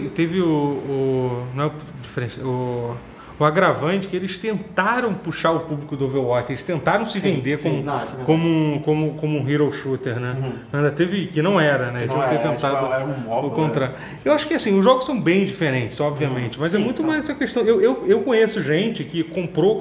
o agravante que eles tentaram puxar o público do Overwatch, eles tentaram se vender como um hero shooter, né? Ainda teve, que não era, né? Eles ter tentado era um MOBA, o contrário. Eu acho que assim, os jogos são bem diferentes, obviamente, mas é muito mais essa questão. Eu conheço gente que comprou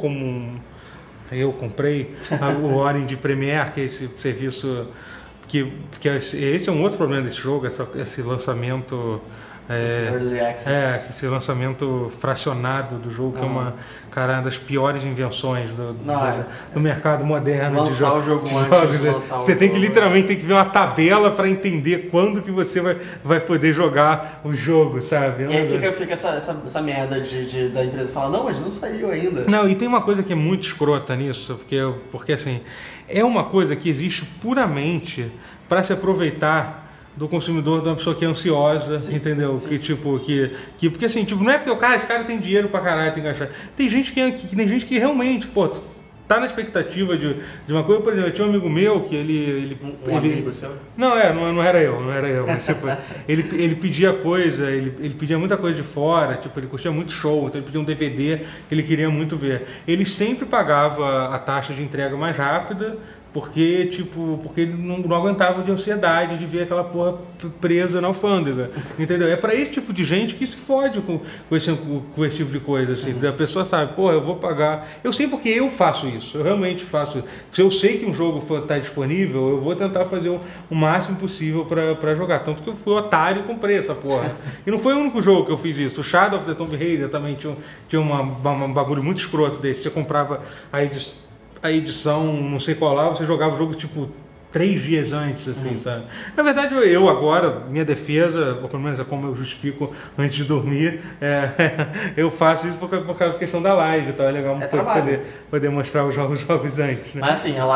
eu comprei o Orange Premiere, que é esse serviço esse é um outro problema desse jogo, esse lançamento Early Access. esse lançamento fracionado do jogo, que é uma das piores invenções do mercado moderno lançar de jogos. O jogo antes de lançar você tem que literalmente tem que ver uma tabela para entender quando que você vai poder jogar o jogo, sabe? E aí fica essa merda da empresa falar, não, mas não saiu ainda. Não, e tem uma coisa que é muito escrota nisso, porque assim, é uma coisa que existe puramente para se aproveitar do consumidor, de uma pessoa que é ansiosa, entendeu? Sim. Porque assim, tipo, não é porque esse cara tem dinheiro pra caralho, tem que gastar. Tem gente que realmente, tá na expectativa de uma coisa. Por exemplo, eu tinha um amigo meu que ele amigo seu? Não era eu, mas tipo, ele pedia coisa, ele pedia muita coisa de fora, tipo, ele curtia muito show, então ele pedia um DVD que ele queria muito ver. Ele sempre pagava a taxa de entrega mais rápida, porque ele não aguentava de ansiedade de ver aquela porra presa na alfândega, entendeu? É para esse tipo de gente que se fode com esse tipo de coisa, assim. A pessoa sabe, eu vou pagar. Eu sei porque eu faço isso, eu realmente faço isso. Se eu sei que um jogo está disponível, eu vou tentar fazer o máximo possível para jogar. Tanto que eu fui otário e comprei essa porra. E não foi o único jogo que eu fiz isso. O Shadow of the Tomb Raider também tinha um bagulho muito escroto desse. Você comprava a edição, não sei qual lá, você jogava o jogo tipo 3 dias antes, assim, sabe? Na verdade, eu agora, minha defesa, ou pelo menos é como eu justifico antes de dormir, eu faço isso por causa da questão da live, então é legal poder mostrar os jogos antes, né? Mas assim, a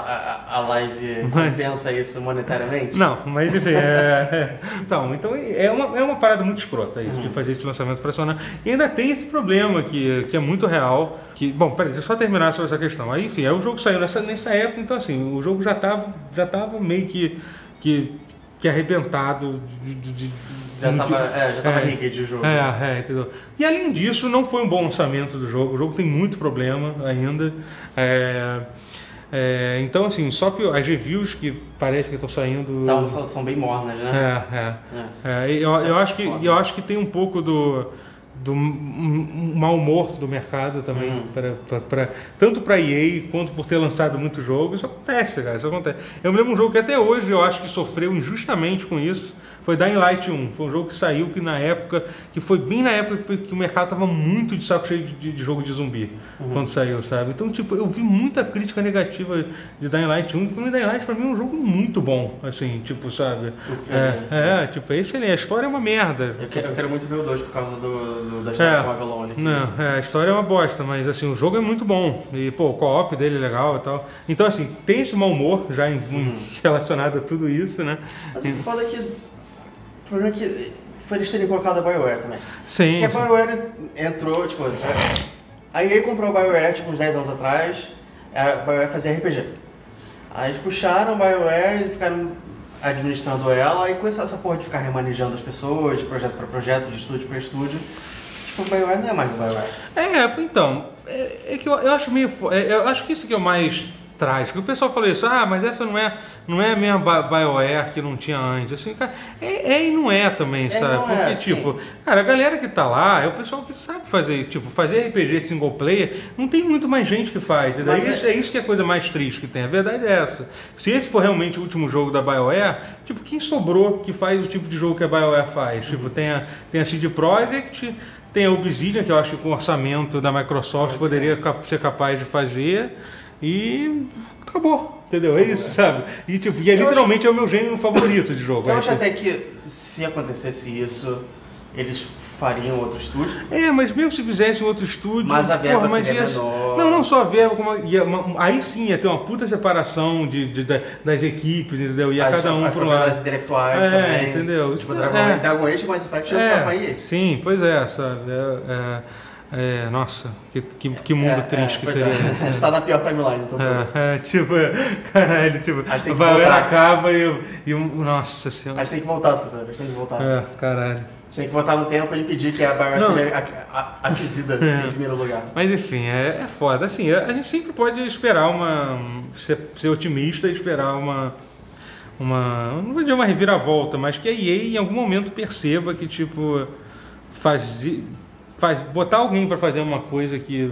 live compensa isso monetariamente? Não, mas enfim, então é uma parada muito escrota isso, de fazer esse lançamento fracionado. E ainda tem esse problema que é muito real, bom, peraí, deixa eu só terminar sobre essa questão. Aí, enfim, o jogo saiu nessa época, então assim, o jogo já estava meio que arrebentado já estava rico de jogo. Entendeu? E além disso, não foi um bom lançamento do jogo. O jogo tem muito problema ainda. Então, assim, só as reviews que parece que estão saindo são bem mornas, né? Eu acho que tem um pouco do mau humor do mercado também, tanto para EA quanto por ter lançado muito jogo. Isso acontece, cara, isso acontece. Eu me lembro de um jogo que até hoje eu acho que sofreu injustamente com isso, foi Dying Light 1. Foi um jogo que saiu que foi bem na época que o mercado estava muito de saco cheio de jogo de zumbi, quando saiu, sabe? Então, tipo, eu vi muita crítica negativa de Dying Light 1, porque Dying Light pra mim é um jogo muito bom, assim, tipo, sabe? Tipo, é excelente. A história é uma merda. Eu quero muito ver o 2 por causa da história com a Avalon aqui. Não, a história é uma bosta, mas assim, o jogo é muito bom. E, o co-op dele é legal e tal. Então, assim, tem esse mau humor já relacionado a tudo isso, né? Mas o foda é que o problema é que foi eles terem colocado a BioWare também. Sim. Porque a BioWare entrou, tipo, a EA comprou a BioWare tipo uns 10 anos atrás, a BioWare fazia RPG. Aí eles puxaram a BioWare e ficaram administrando ela, e com essa porra de ficar remanejando as pessoas, de projeto para projeto, de estúdio para estúdio, tipo, a BioWare não é mais a BioWare. Então, é que eu acho eu acho que isso que é o mais trágico. O pessoal falou isso, mas essa não é a mesma BioWare que não tinha antes. Assim, cara, e não é também, sabe? Porque, tipo, cara, a galera que tá lá é o pessoal que sabe fazer, tipo, fazer RPG single player, não tem muito mais gente que faz, entendeu? É isso que é a coisa mais triste que tem, a verdade é essa. Se esse for realmente o último jogo da BioWare, tipo, quem sobrou que faz o tipo de jogo que a BioWare faz? Tipo, tem a CD Projekt, tem a Obsidian, que eu acho que com o orçamento da Microsoft poderia ser capaz de fazer, e acabou, entendeu? É isso, sabe? E, tipo, literalmente é o meu gênero favorito de jogo. Eu acho até que se acontecesse isso, eles fariam outro estúdio. Mas mesmo se fizessem outro estúdio... Mas a verba seria menor. Não só a verba, aí sim ia ter uma puta separação das equipes, entendeu? Ia cada um por um lado. As intelectuais também. Entendeu? Tipo, Dragon Age, Mass Effect já ficava aí. Sim, pois é, sabe? Nossa, que mundo triste que seria. A gente tá na pior timeline, então. Tipo, caralho, tipo, a BioWare acaba e nossa senhora. A gente tem que voltar, Tutor, a gente tem que voltar. Caralho. A gente tem que voltar no tempo e impedir que a BioWare seja aquisida em primeiro lugar. Mas enfim, é foda. Assim, a gente sempre pode esperar ser otimista e esperar não vou dizer uma reviravolta, mas que a EA em algum momento perceba que, tipo, botar alguém para fazer uma coisa que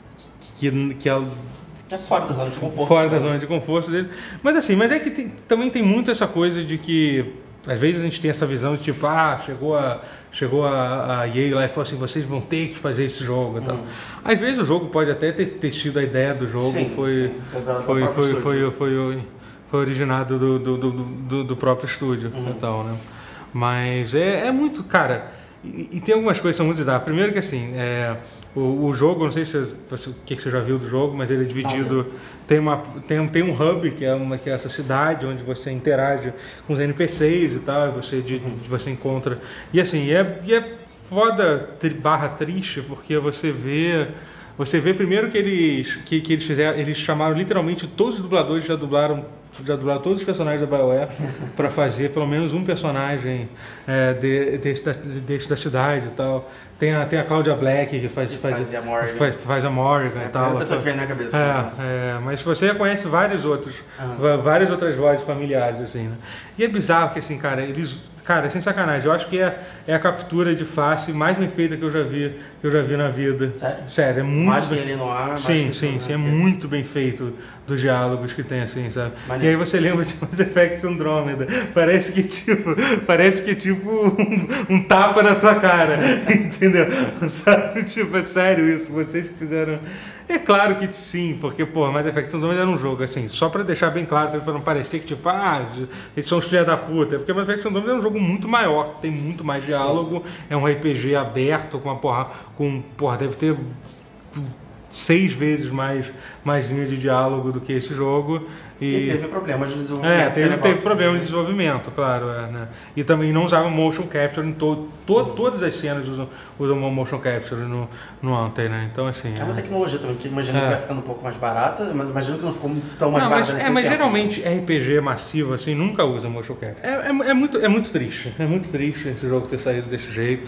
é fora da zona de conforto. Fora da zona de conforto dele. Mas assim, é que também tem muito essa coisa de que às vezes a gente tem essa visão de tipo, chegou a EA lá e falou assim, vocês vão ter que fazer esse jogo e tal. Às vezes o jogo pode até ter sido a ideia do jogo, foi originado do próprio estúdio e tal, né? Mas é muito, cara, e tem algumas coisas que são muito bizarras. Primeiro que assim, o jogo, não sei se você já viu do jogo, mas ele é dividido, tem um hub, que é essa cidade onde você interage com os NPCs e tal, você encontra, e assim, é foda / triste, porque você vê primeiro que eles fizeram, eles chamaram literalmente todos os dubladores, já dublaram todos os personagens da BioWare para fazer pelo menos um personagem desse da cidade e tal. Tem a Claudia Black que faz a Morgan e tal. É a pessoa que vem na cabeça. Mas você já conhece várias outras vozes familiares, assim, né? E é bizarro que, assim, cara, sem sacanagem, eu acho que é a captura de face mais bem feita que eu já vi na vida. Sério? Sério, é muito... Mais que ele no ar. Sim, é muito bem feito dos diálogos que tem, assim, sabe? E aí você lembra de Mass Effect Andromeda. Parece que tipo um tapa na tua cara, entendeu? Sabe? Tipo, é sério isso, vocês que fizeram... É claro que sim, porque, pô, Mass Effect Andromeda era um jogo, assim, só pra deixar bem claro, pra não parecer que, tipo, eles são os filhos da puta, porque Mass Effect Andromeda é um jogo muito maior, tem muito mais diálogo, é um RPG aberto, deve ter 6 vezes mais linha de diálogo do que esse jogo. E teve problemas de desenvolvimento. Teve problema de desenvolvimento, claro. Né? E também não usava motion capture em todas as cenas usam motion capture no Anthem, né? Então, assim... É uma tecnologia também, que imagino que vai ficando um pouco mais barata, mas imagino que não ficou tão mais barata mas geralmente RPG massivo, assim, nunca usa motion capture. É muito triste. É muito triste esse jogo ter saído desse jeito.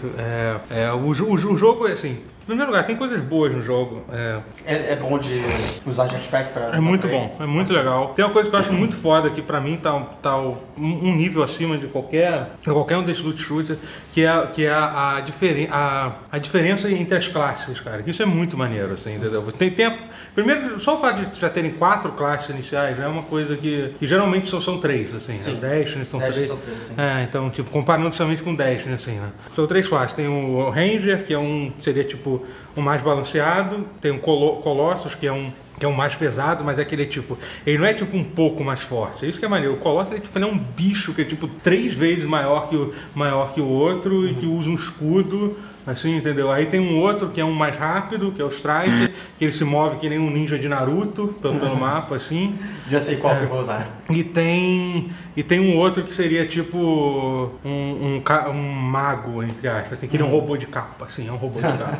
O jogo, assim... Em primeiro lugar, tem coisas boas no jogo. É bom de usar jetpack pra... É muito bom, é muito legal. Tem uma coisa que eu acho muito foda, que pra mim tá um nível acima de qualquer um desses loot shooters, que é a diferença entre as classes, cara. Que isso é muito maneiro, assim, entendeu? Primeiro, só o fato de já terem 4 classes iniciais é uma coisa que geralmente são 3, assim. Sim. Né? Destiny são 3. Sim. Então, tipo, comparando somente com Destiny, assim, né? São 3 classes. Tem o Ranger, que seria tipo o mais balanceado. Tem o Colossus, que é um mais pesado, mas ele não é tipo um pouco mais forte. É isso que é maneiro. O Colossus ele é um bicho que é tipo 3 vezes maior que o outro e que usa um escudo. Assim, entendeu? Aí tem um outro que é um mais rápido, que é o Striker, que ele se move que nem um ninja de Naruto pelo mapa, assim. Já sei qual que eu vou usar. E tem um outro que seria tipo um mago, entre aspas, assim, que ele é um robô de capa, assim, é um robô de capa.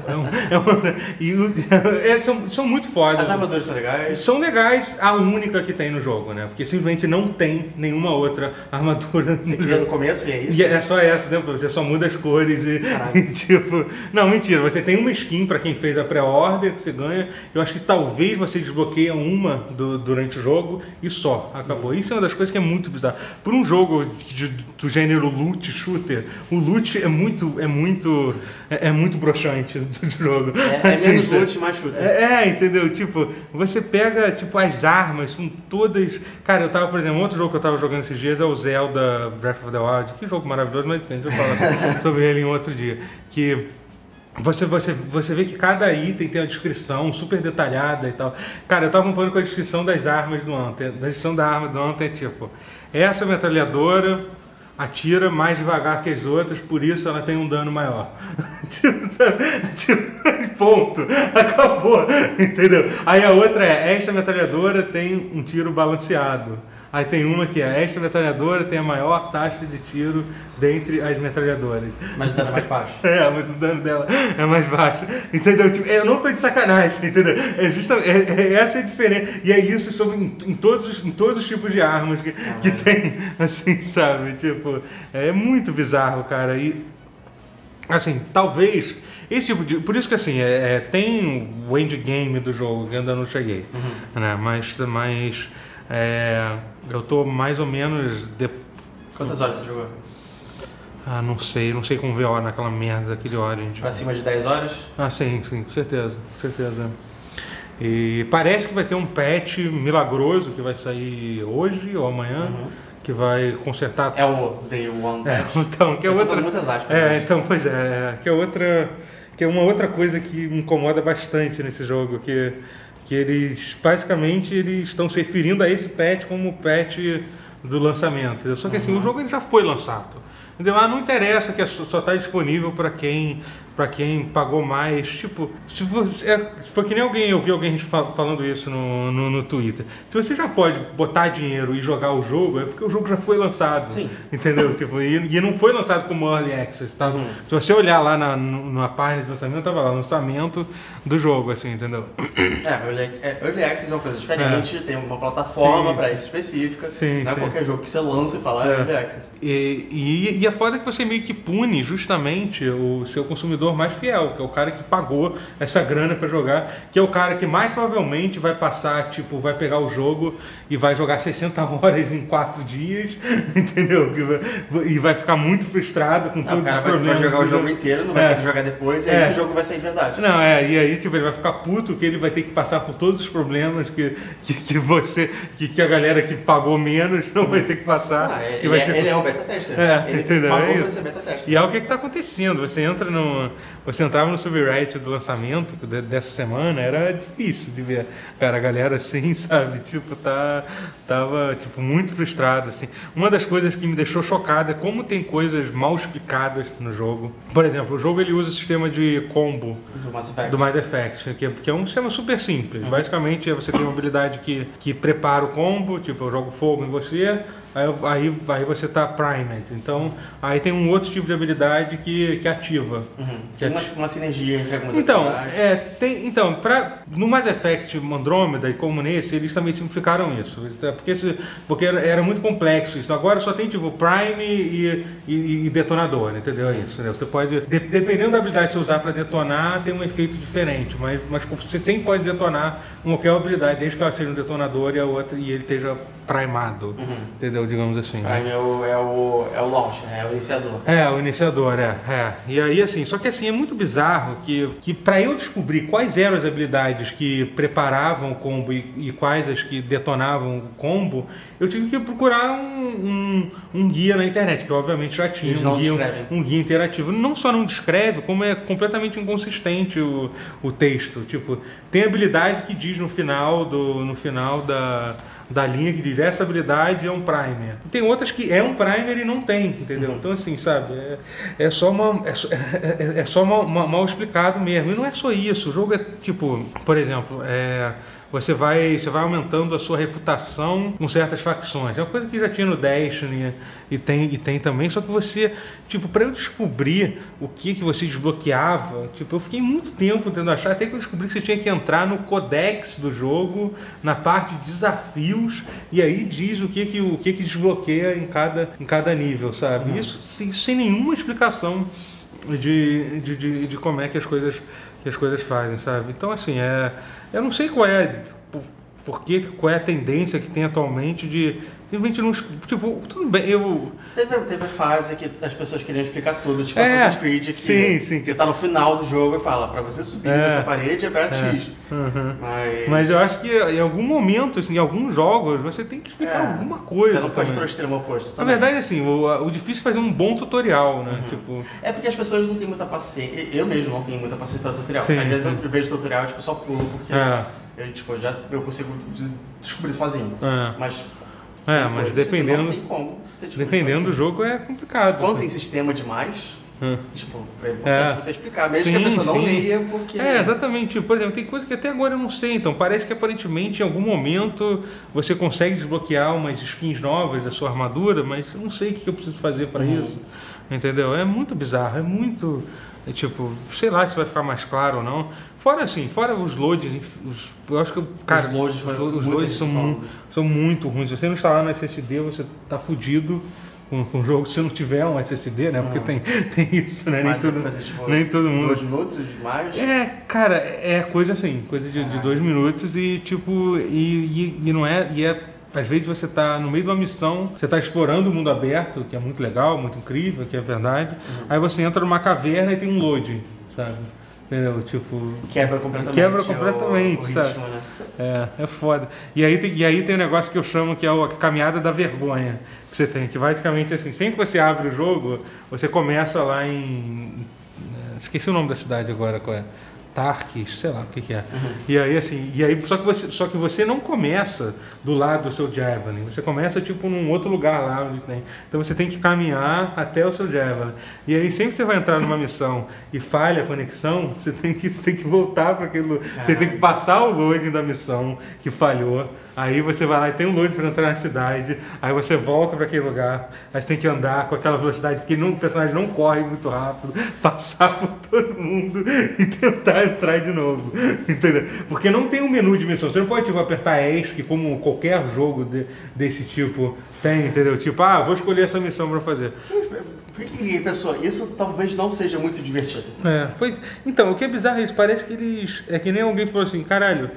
São muito fodas. As armaduras são legais? São legais, a única que tem no jogo, né? Porque simplesmente não tem nenhuma outra armadura. Você cria no começo e é isso? E é só essa, né? Você só muda as cores e tipo... Não, mentira, você tem uma skin pra quem fez a pré-order que você ganha. Eu acho que talvez você desbloqueie uma durante o jogo e só, acabou. Isso é uma das coisas que é muito bizarro. Por um jogo do gênero loot shooter, o loot é muito broxante do jogo. Assim, menos loot, mais shooter. Entendeu? Tipo, você pega tipo, as armas, são todas... Cara, eu tava, por exemplo, outro jogo que eu tava jogando esses dias é o Zelda Breath of the Wild. Que jogo maravilhoso, mas a gente vai falar sobre ele em outro dia. Que você vê que cada item tem uma descrição super detalhada e tal. Cara, eu tava comparando com a descrição das armas do Anthem. A descrição da arma do Anthem é tipo... Essa metralhadora atira mais devagar que as outras, por isso ela tem um dano maior. Ponto. Acabou. Entendeu? Aí a outra esta metralhadora tem um tiro balanceado. Aí tem uma que é esta metralhadora tem a maior taxa de tiro dentre as metralhadoras. Mas o dano é mais baixo. Mas o dano dela é mais baixo. Entendeu? Tipo, eu não tô de sacanagem, entendeu? É justamente, essa é a diferença. E é isso sobre em todos os tipos de armas que tem, assim, sabe? Tipo, é muito bizarro, cara. E, assim, talvez... Esse tipo de... Por isso que, assim, tem o endgame do jogo, que ainda não cheguei. Né? Mas eu tô mais ou menos... Quantas horas você jogou? Não sei com VO naquela merda daquele Origin. Pra cima de 10 horas? Sim, com certeza. E parece que vai ter um patch milagroso que vai sair hoje ou amanhã, que vai consertar... É o Day One patch. Então, que é outra... muitas aspas. Então, pois que é outra... Que é uma outra coisa que me incomoda bastante nesse jogo, que eles, basicamente, eles estão se referindo a esse patch como o patch do lançamento. Só que assim, o jogo ele já foi lançado. Entendeu? Não interessa que só está disponível para quem pagou mais. Tipo, foi que nem eu vi alguém falando isso no Twitter. Se você já pode botar dinheiro e jogar o jogo, é porque o jogo já foi lançado. Sim. Entendeu? Tipo, e não foi lançado como Early Access. Tá? Se você olhar lá na página de lançamento, tava lá, lançamento do jogo, assim, entendeu? Early Access é uma coisa diferente, tem uma plataforma para isso específica. Não é qualquer jogo que você lança e fala Early Access. E a foda é que você meio que pune justamente o seu consumidor mais fiel, que é o cara que pagou essa grana pra jogar, que é o cara que mais provavelmente vai passar, tipo, vai pegar o jogo e vai jogar 60 horas em 4 dias, entendeu? E vai ficar muito frustrado com todos os problemas. Vai jogar o jogo inteiro, não vai ter que jogar depois, e aí o jogo vai sair de verdade. E aí, tipo, ele vai ficar puto que ele vai ter que passar por todos os problemas que a galera que pagou menos não vai ter que passar. Ele é o beta tester. Entendeu? Pagou pra ser beta tester. E é o que tá acontecendo. Você entrava no subreddit do lançamento dessa semana, era difícil de ver. Cara, a galera assim, sabe? Tipo, tava tipo, muito frustrado, assim. Uma das coisas que me deixou chocado é como tem coisas mal explicadas no jogo. Por exemplo, o jogo ele usa o sistema de combo do Mass Effect, que é um sistema super simples. Basicamente, você tem uma habilidade que prepara o combo, tipo, eu jogo fogo em você, aí você tá primed. Então, aí tem um outro tipo de habilidade que ativa. Tem uma sinergia entre algumas habilidades. No Mass Effect Andromeda e como nesse, eles também simplificaram isso. Porque era muito complexo isso. Agora só tem tipo Prime e detonador, entendeu? Isso, né? Você pode, dependendo da habilidade que você usar para detonar, tem um efeito diferente, mas você sempre pode detonar qualquer habilidade, desde que ela seja um detonador e ele esteja primado, entendeu? Digamos assim. Prime é o launch, é o iniciador. O iniciador, E aí, assim, só que assim, é muito bizarro que para eu descobrir quais eram as habilidades que preparavam o combo e quais as que detonavam o combo, eu tive que procurar um guia na internet, que obviamente já tinha um guia interativo. Não só não descreve, como é completamente inconsistente o texto. Tipo, tem habilidade que diz no final da linha que diz essa habilidade é um primer. Tem outras que é um primer e não tem, entendeu? Então assim, sabe, é só mal explicado mesmo. E não é só isso, o jogo é tipo, por exemplo, você vai aumentando a sua reputação com certas facções. É uma coisa que já tinha no Destiny e tem também, só que você, tipo, para eu descobrir o que você desbloqueava, tipo, eu fiquei muito tempo tentando achar, até que eu descobri que você tinha que entrar no codex do jogo, na parte de desafios, e aí diz o que desbloqueia em cada nível, sabe? Isso sem nenhuma explicação de como é que as coisas fazem, sabe? Então, assim, eu não sei qual é a tendência que tem atualmente de simplesmente não... Tipo, tudo bem, Teve a fase que as pessoas queriam explicar tudo, tipo Assassin's Creed, que você tá no final do jogo e fala, pra você subir nessa parede é perto X. Mas eu acho que em algum momento, assim, em alguns jogos, você tem que explicar alguma coisa. Você não pode ir pro extremo oposto também. Na verdade, assim, o difícil é fazer um bom tutorial, né? Tipo... É porque as pessoas não têm muita paciência. Eu mesmo não tenho muita paciência para tutorial. Às vezes eu vejo tutorial e só pulo, porque eu consigo descobrir sozinho. Mas dependendo não tem como dependendo do jogo é complicado. Quando tem sistema demais, Tipo, é importante você explicar, mesmo que a pessoa não leia, porque... Exatamente. Tipo, por exemplo, tem coisa que até agora eu não sei, então parece que aparentemente em algum momento você consegue desbloquear umas skins novas da sua armadura, mas eu não sei o que eu preciso fazer para isso, entendeu? É muito bizarro, é muito... tipo, sei lá se vai ficar mais claro ou não. Fora os loads, eu acho que, cara, os loads são muito ruins. Se você não instalar no SSD, você tá fudido com o jogo, se não tiver um SSD, né? Porque tem isso, né? Nem todo mundo. 2 minutos mais? Cara, é coisa assim, coisa de 2 minutos e tipo, e não é. Às vezes você está no meio de uma missão, você está explorando o mundo aberto, que é muito legal, muito incrível, que é verdade. Aí você entra numa caverna e tem um load, sabe? Entendeu? Tipo... Quebra completamente, o sabe? ritmo, né? É foda. E aí tem um negócio que eu chamo que é a caminhada da vergonha que você tem, que basicamente assim, sempre que você abre o jogo, você começa lá em... esqueci o nome da cidade agora, qual é? Tarkis, sei lá o que é. E aí assim, só que você não começa do lado do seu Javelin, você começa tipo num outro lugar lá onde tem. Então você tem que caminhar até o seu Javelin. E aí sempre que você vai entrar numa missão e falha a conexão, você tem que voltar para aquele lugar. Você tem que passar o loading da missão que falhou. Aí você vai lá e tem um load para entrar na cidade, aí você volta para aquele lugar, aí você tem que andar com aquela velocidade, porque o personagem não corre muito rápido, passar por todo mundo e tentar entrar de novo, entendeu? Porque não tem um menu de missão, você não pode tipo, apertar ESC como qualquer jogo desse tipo tem, entendeu? Tipo, vou escolher essa missão para fazer. Por que ninguém pensou? Isso talvez não seja muito divertido. Então, o que é bizarro é isso, parece que eles... É que nem alguém falou assim, caralho,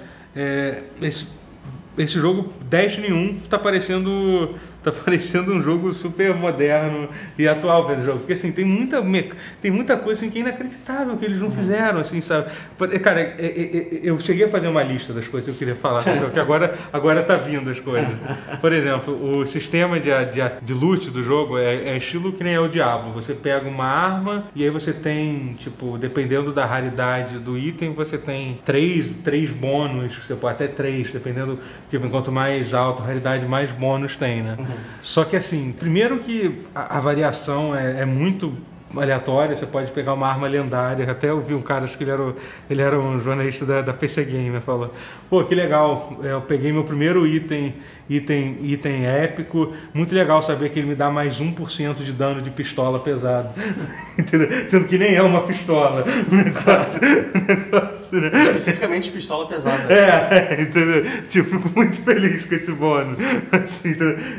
esse jogo Destiny 1 tá parecendo um jogo super moderno e atual para esse jogo. Porque assim, tem muita coisa assim, que é inacreditável que eles não fizeram, assim, sabe? Cara, eu cheguei a fazer uma lista das coisas que eu queria falar, que agora tá vindo as coisas. Por exemplo, o sistema de loot do jogo é estilo que nem é o Diablo. Você pega uma arma e aí você tem, tipo, dependendo da raridade do item, você tem três bônus, você pode até 3, dependendo, tipo, quanto mais alta a raridade, mais bônus tem, né? Só que assim, primeiro que a variação é muito aleatória, você pode pegar uma arma lendária. Até eu vi um cara, acho que ele era um jornalista da PC Gamer, falou: pô, que legal, eu peguei meu primeiro item épico, muito legal saber que ele me dá mais 1% de dano de pistola pesada. Entendeu? Sendo que nem é uma pistola. O negócio, né? Especificamente pistola pesada. Entendeu? Tipo, fico muito feliz com esse bônus. Assim,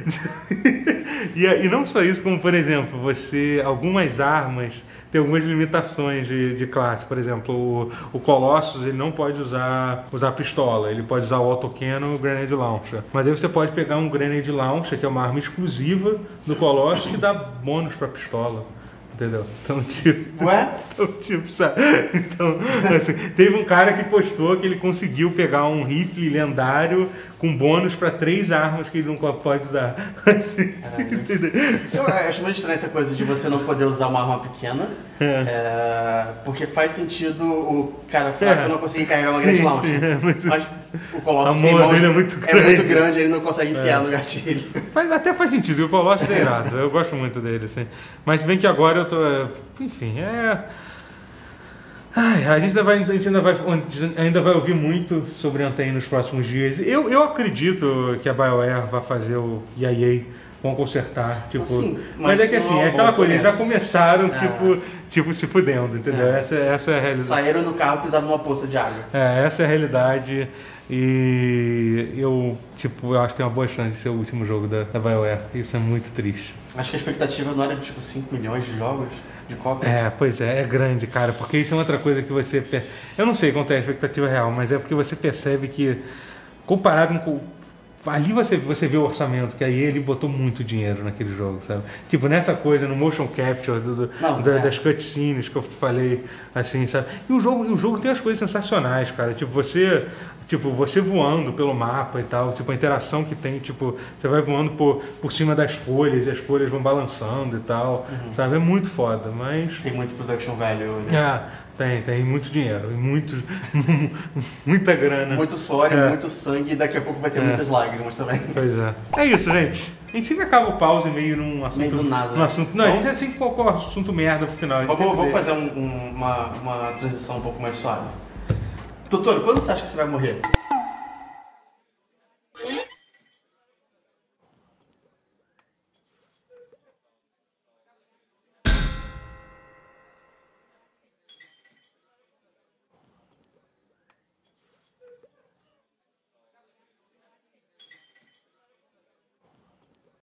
e não só isso, como por exemplo, algumas armas tem algumas limitações de classe. Por exemplo, o Colossus ele não pode usar pistola, ele pode usar o autocannon e o Grenade Launcher. Mas aí você pode pegar um Grenade Launcher, que é uma arma exclusiva do Colossus, que dá bônus pra pistola. Entendeu? Então, sabe? Então, assim, teve um cara que postou que ele conseguiu pegar um rifle lendário com bônus para 3 armas que ele não pode usar. Assim, entendeu? Eu acho muito estranho essa coisa de você não poder usar uma arma pequena. Porque faz sentido o cara fraco não conseguir carregar uma grande launcher. Mas o Colossus tem mão, dele é muito grande, ele não consegue enfiar no gatilho. Mas até faz sentido, o Colossus é irado, eu gosto muito dele, assim. Mas se bem que agora eu tô... Enfim, a gente ainda vai ouvir muito sobre Anthem nos próximos dias. Eu acredito que a BioWare vai fazer e a EA vão consertar, tipo... Assim, mas é que assim, é aquela coisa, eles já começaram, tipo, se fudendo, entendeu? Essa é a realidade. Saíram no carro e pisaram numa poça de água. Essa é a realidade. E eu acho que tem uma boa chance de ser o último jogo da BioWare. Isso é muito triste. Acho que a expectativa não era de 5 milhões de jogos, de cópias. Pois é grande, cara, porque isso é outra coisa que você... Eu não sei quanto é a expectativa real, mas é porque você percebe que, comparado com... Ali você vê o orçamento, que aí ele botou muito dinheiro naquele jogo, sabe? Tipo, nessa coisa, no motion capture, das cutscenes que eu falei, assim, sabe? E o jogo tem as coisas sensacionais, cara. Tipo, você voando pelo mapa e tal, tipo, a interação que tem, tipo, você vai voando por cima das folhas e as folhas vão balançando e tal, sabe? É muito foda, mas... Tem muito production value, né? Tem muito dinheiro, muita grana. Muito suor e muito sangue, e daqui a pouco vai ter muitas lágrimas também. Pois é. É isso, gente. A gente sempre acaba o pause meio num assunto. Meio do nada. Num assunto, não, a gente sempre colocou assunto merda pro final. Vamos fazer uma transição um pouco mais suave. Doutor, quando você acha que você vai morrer?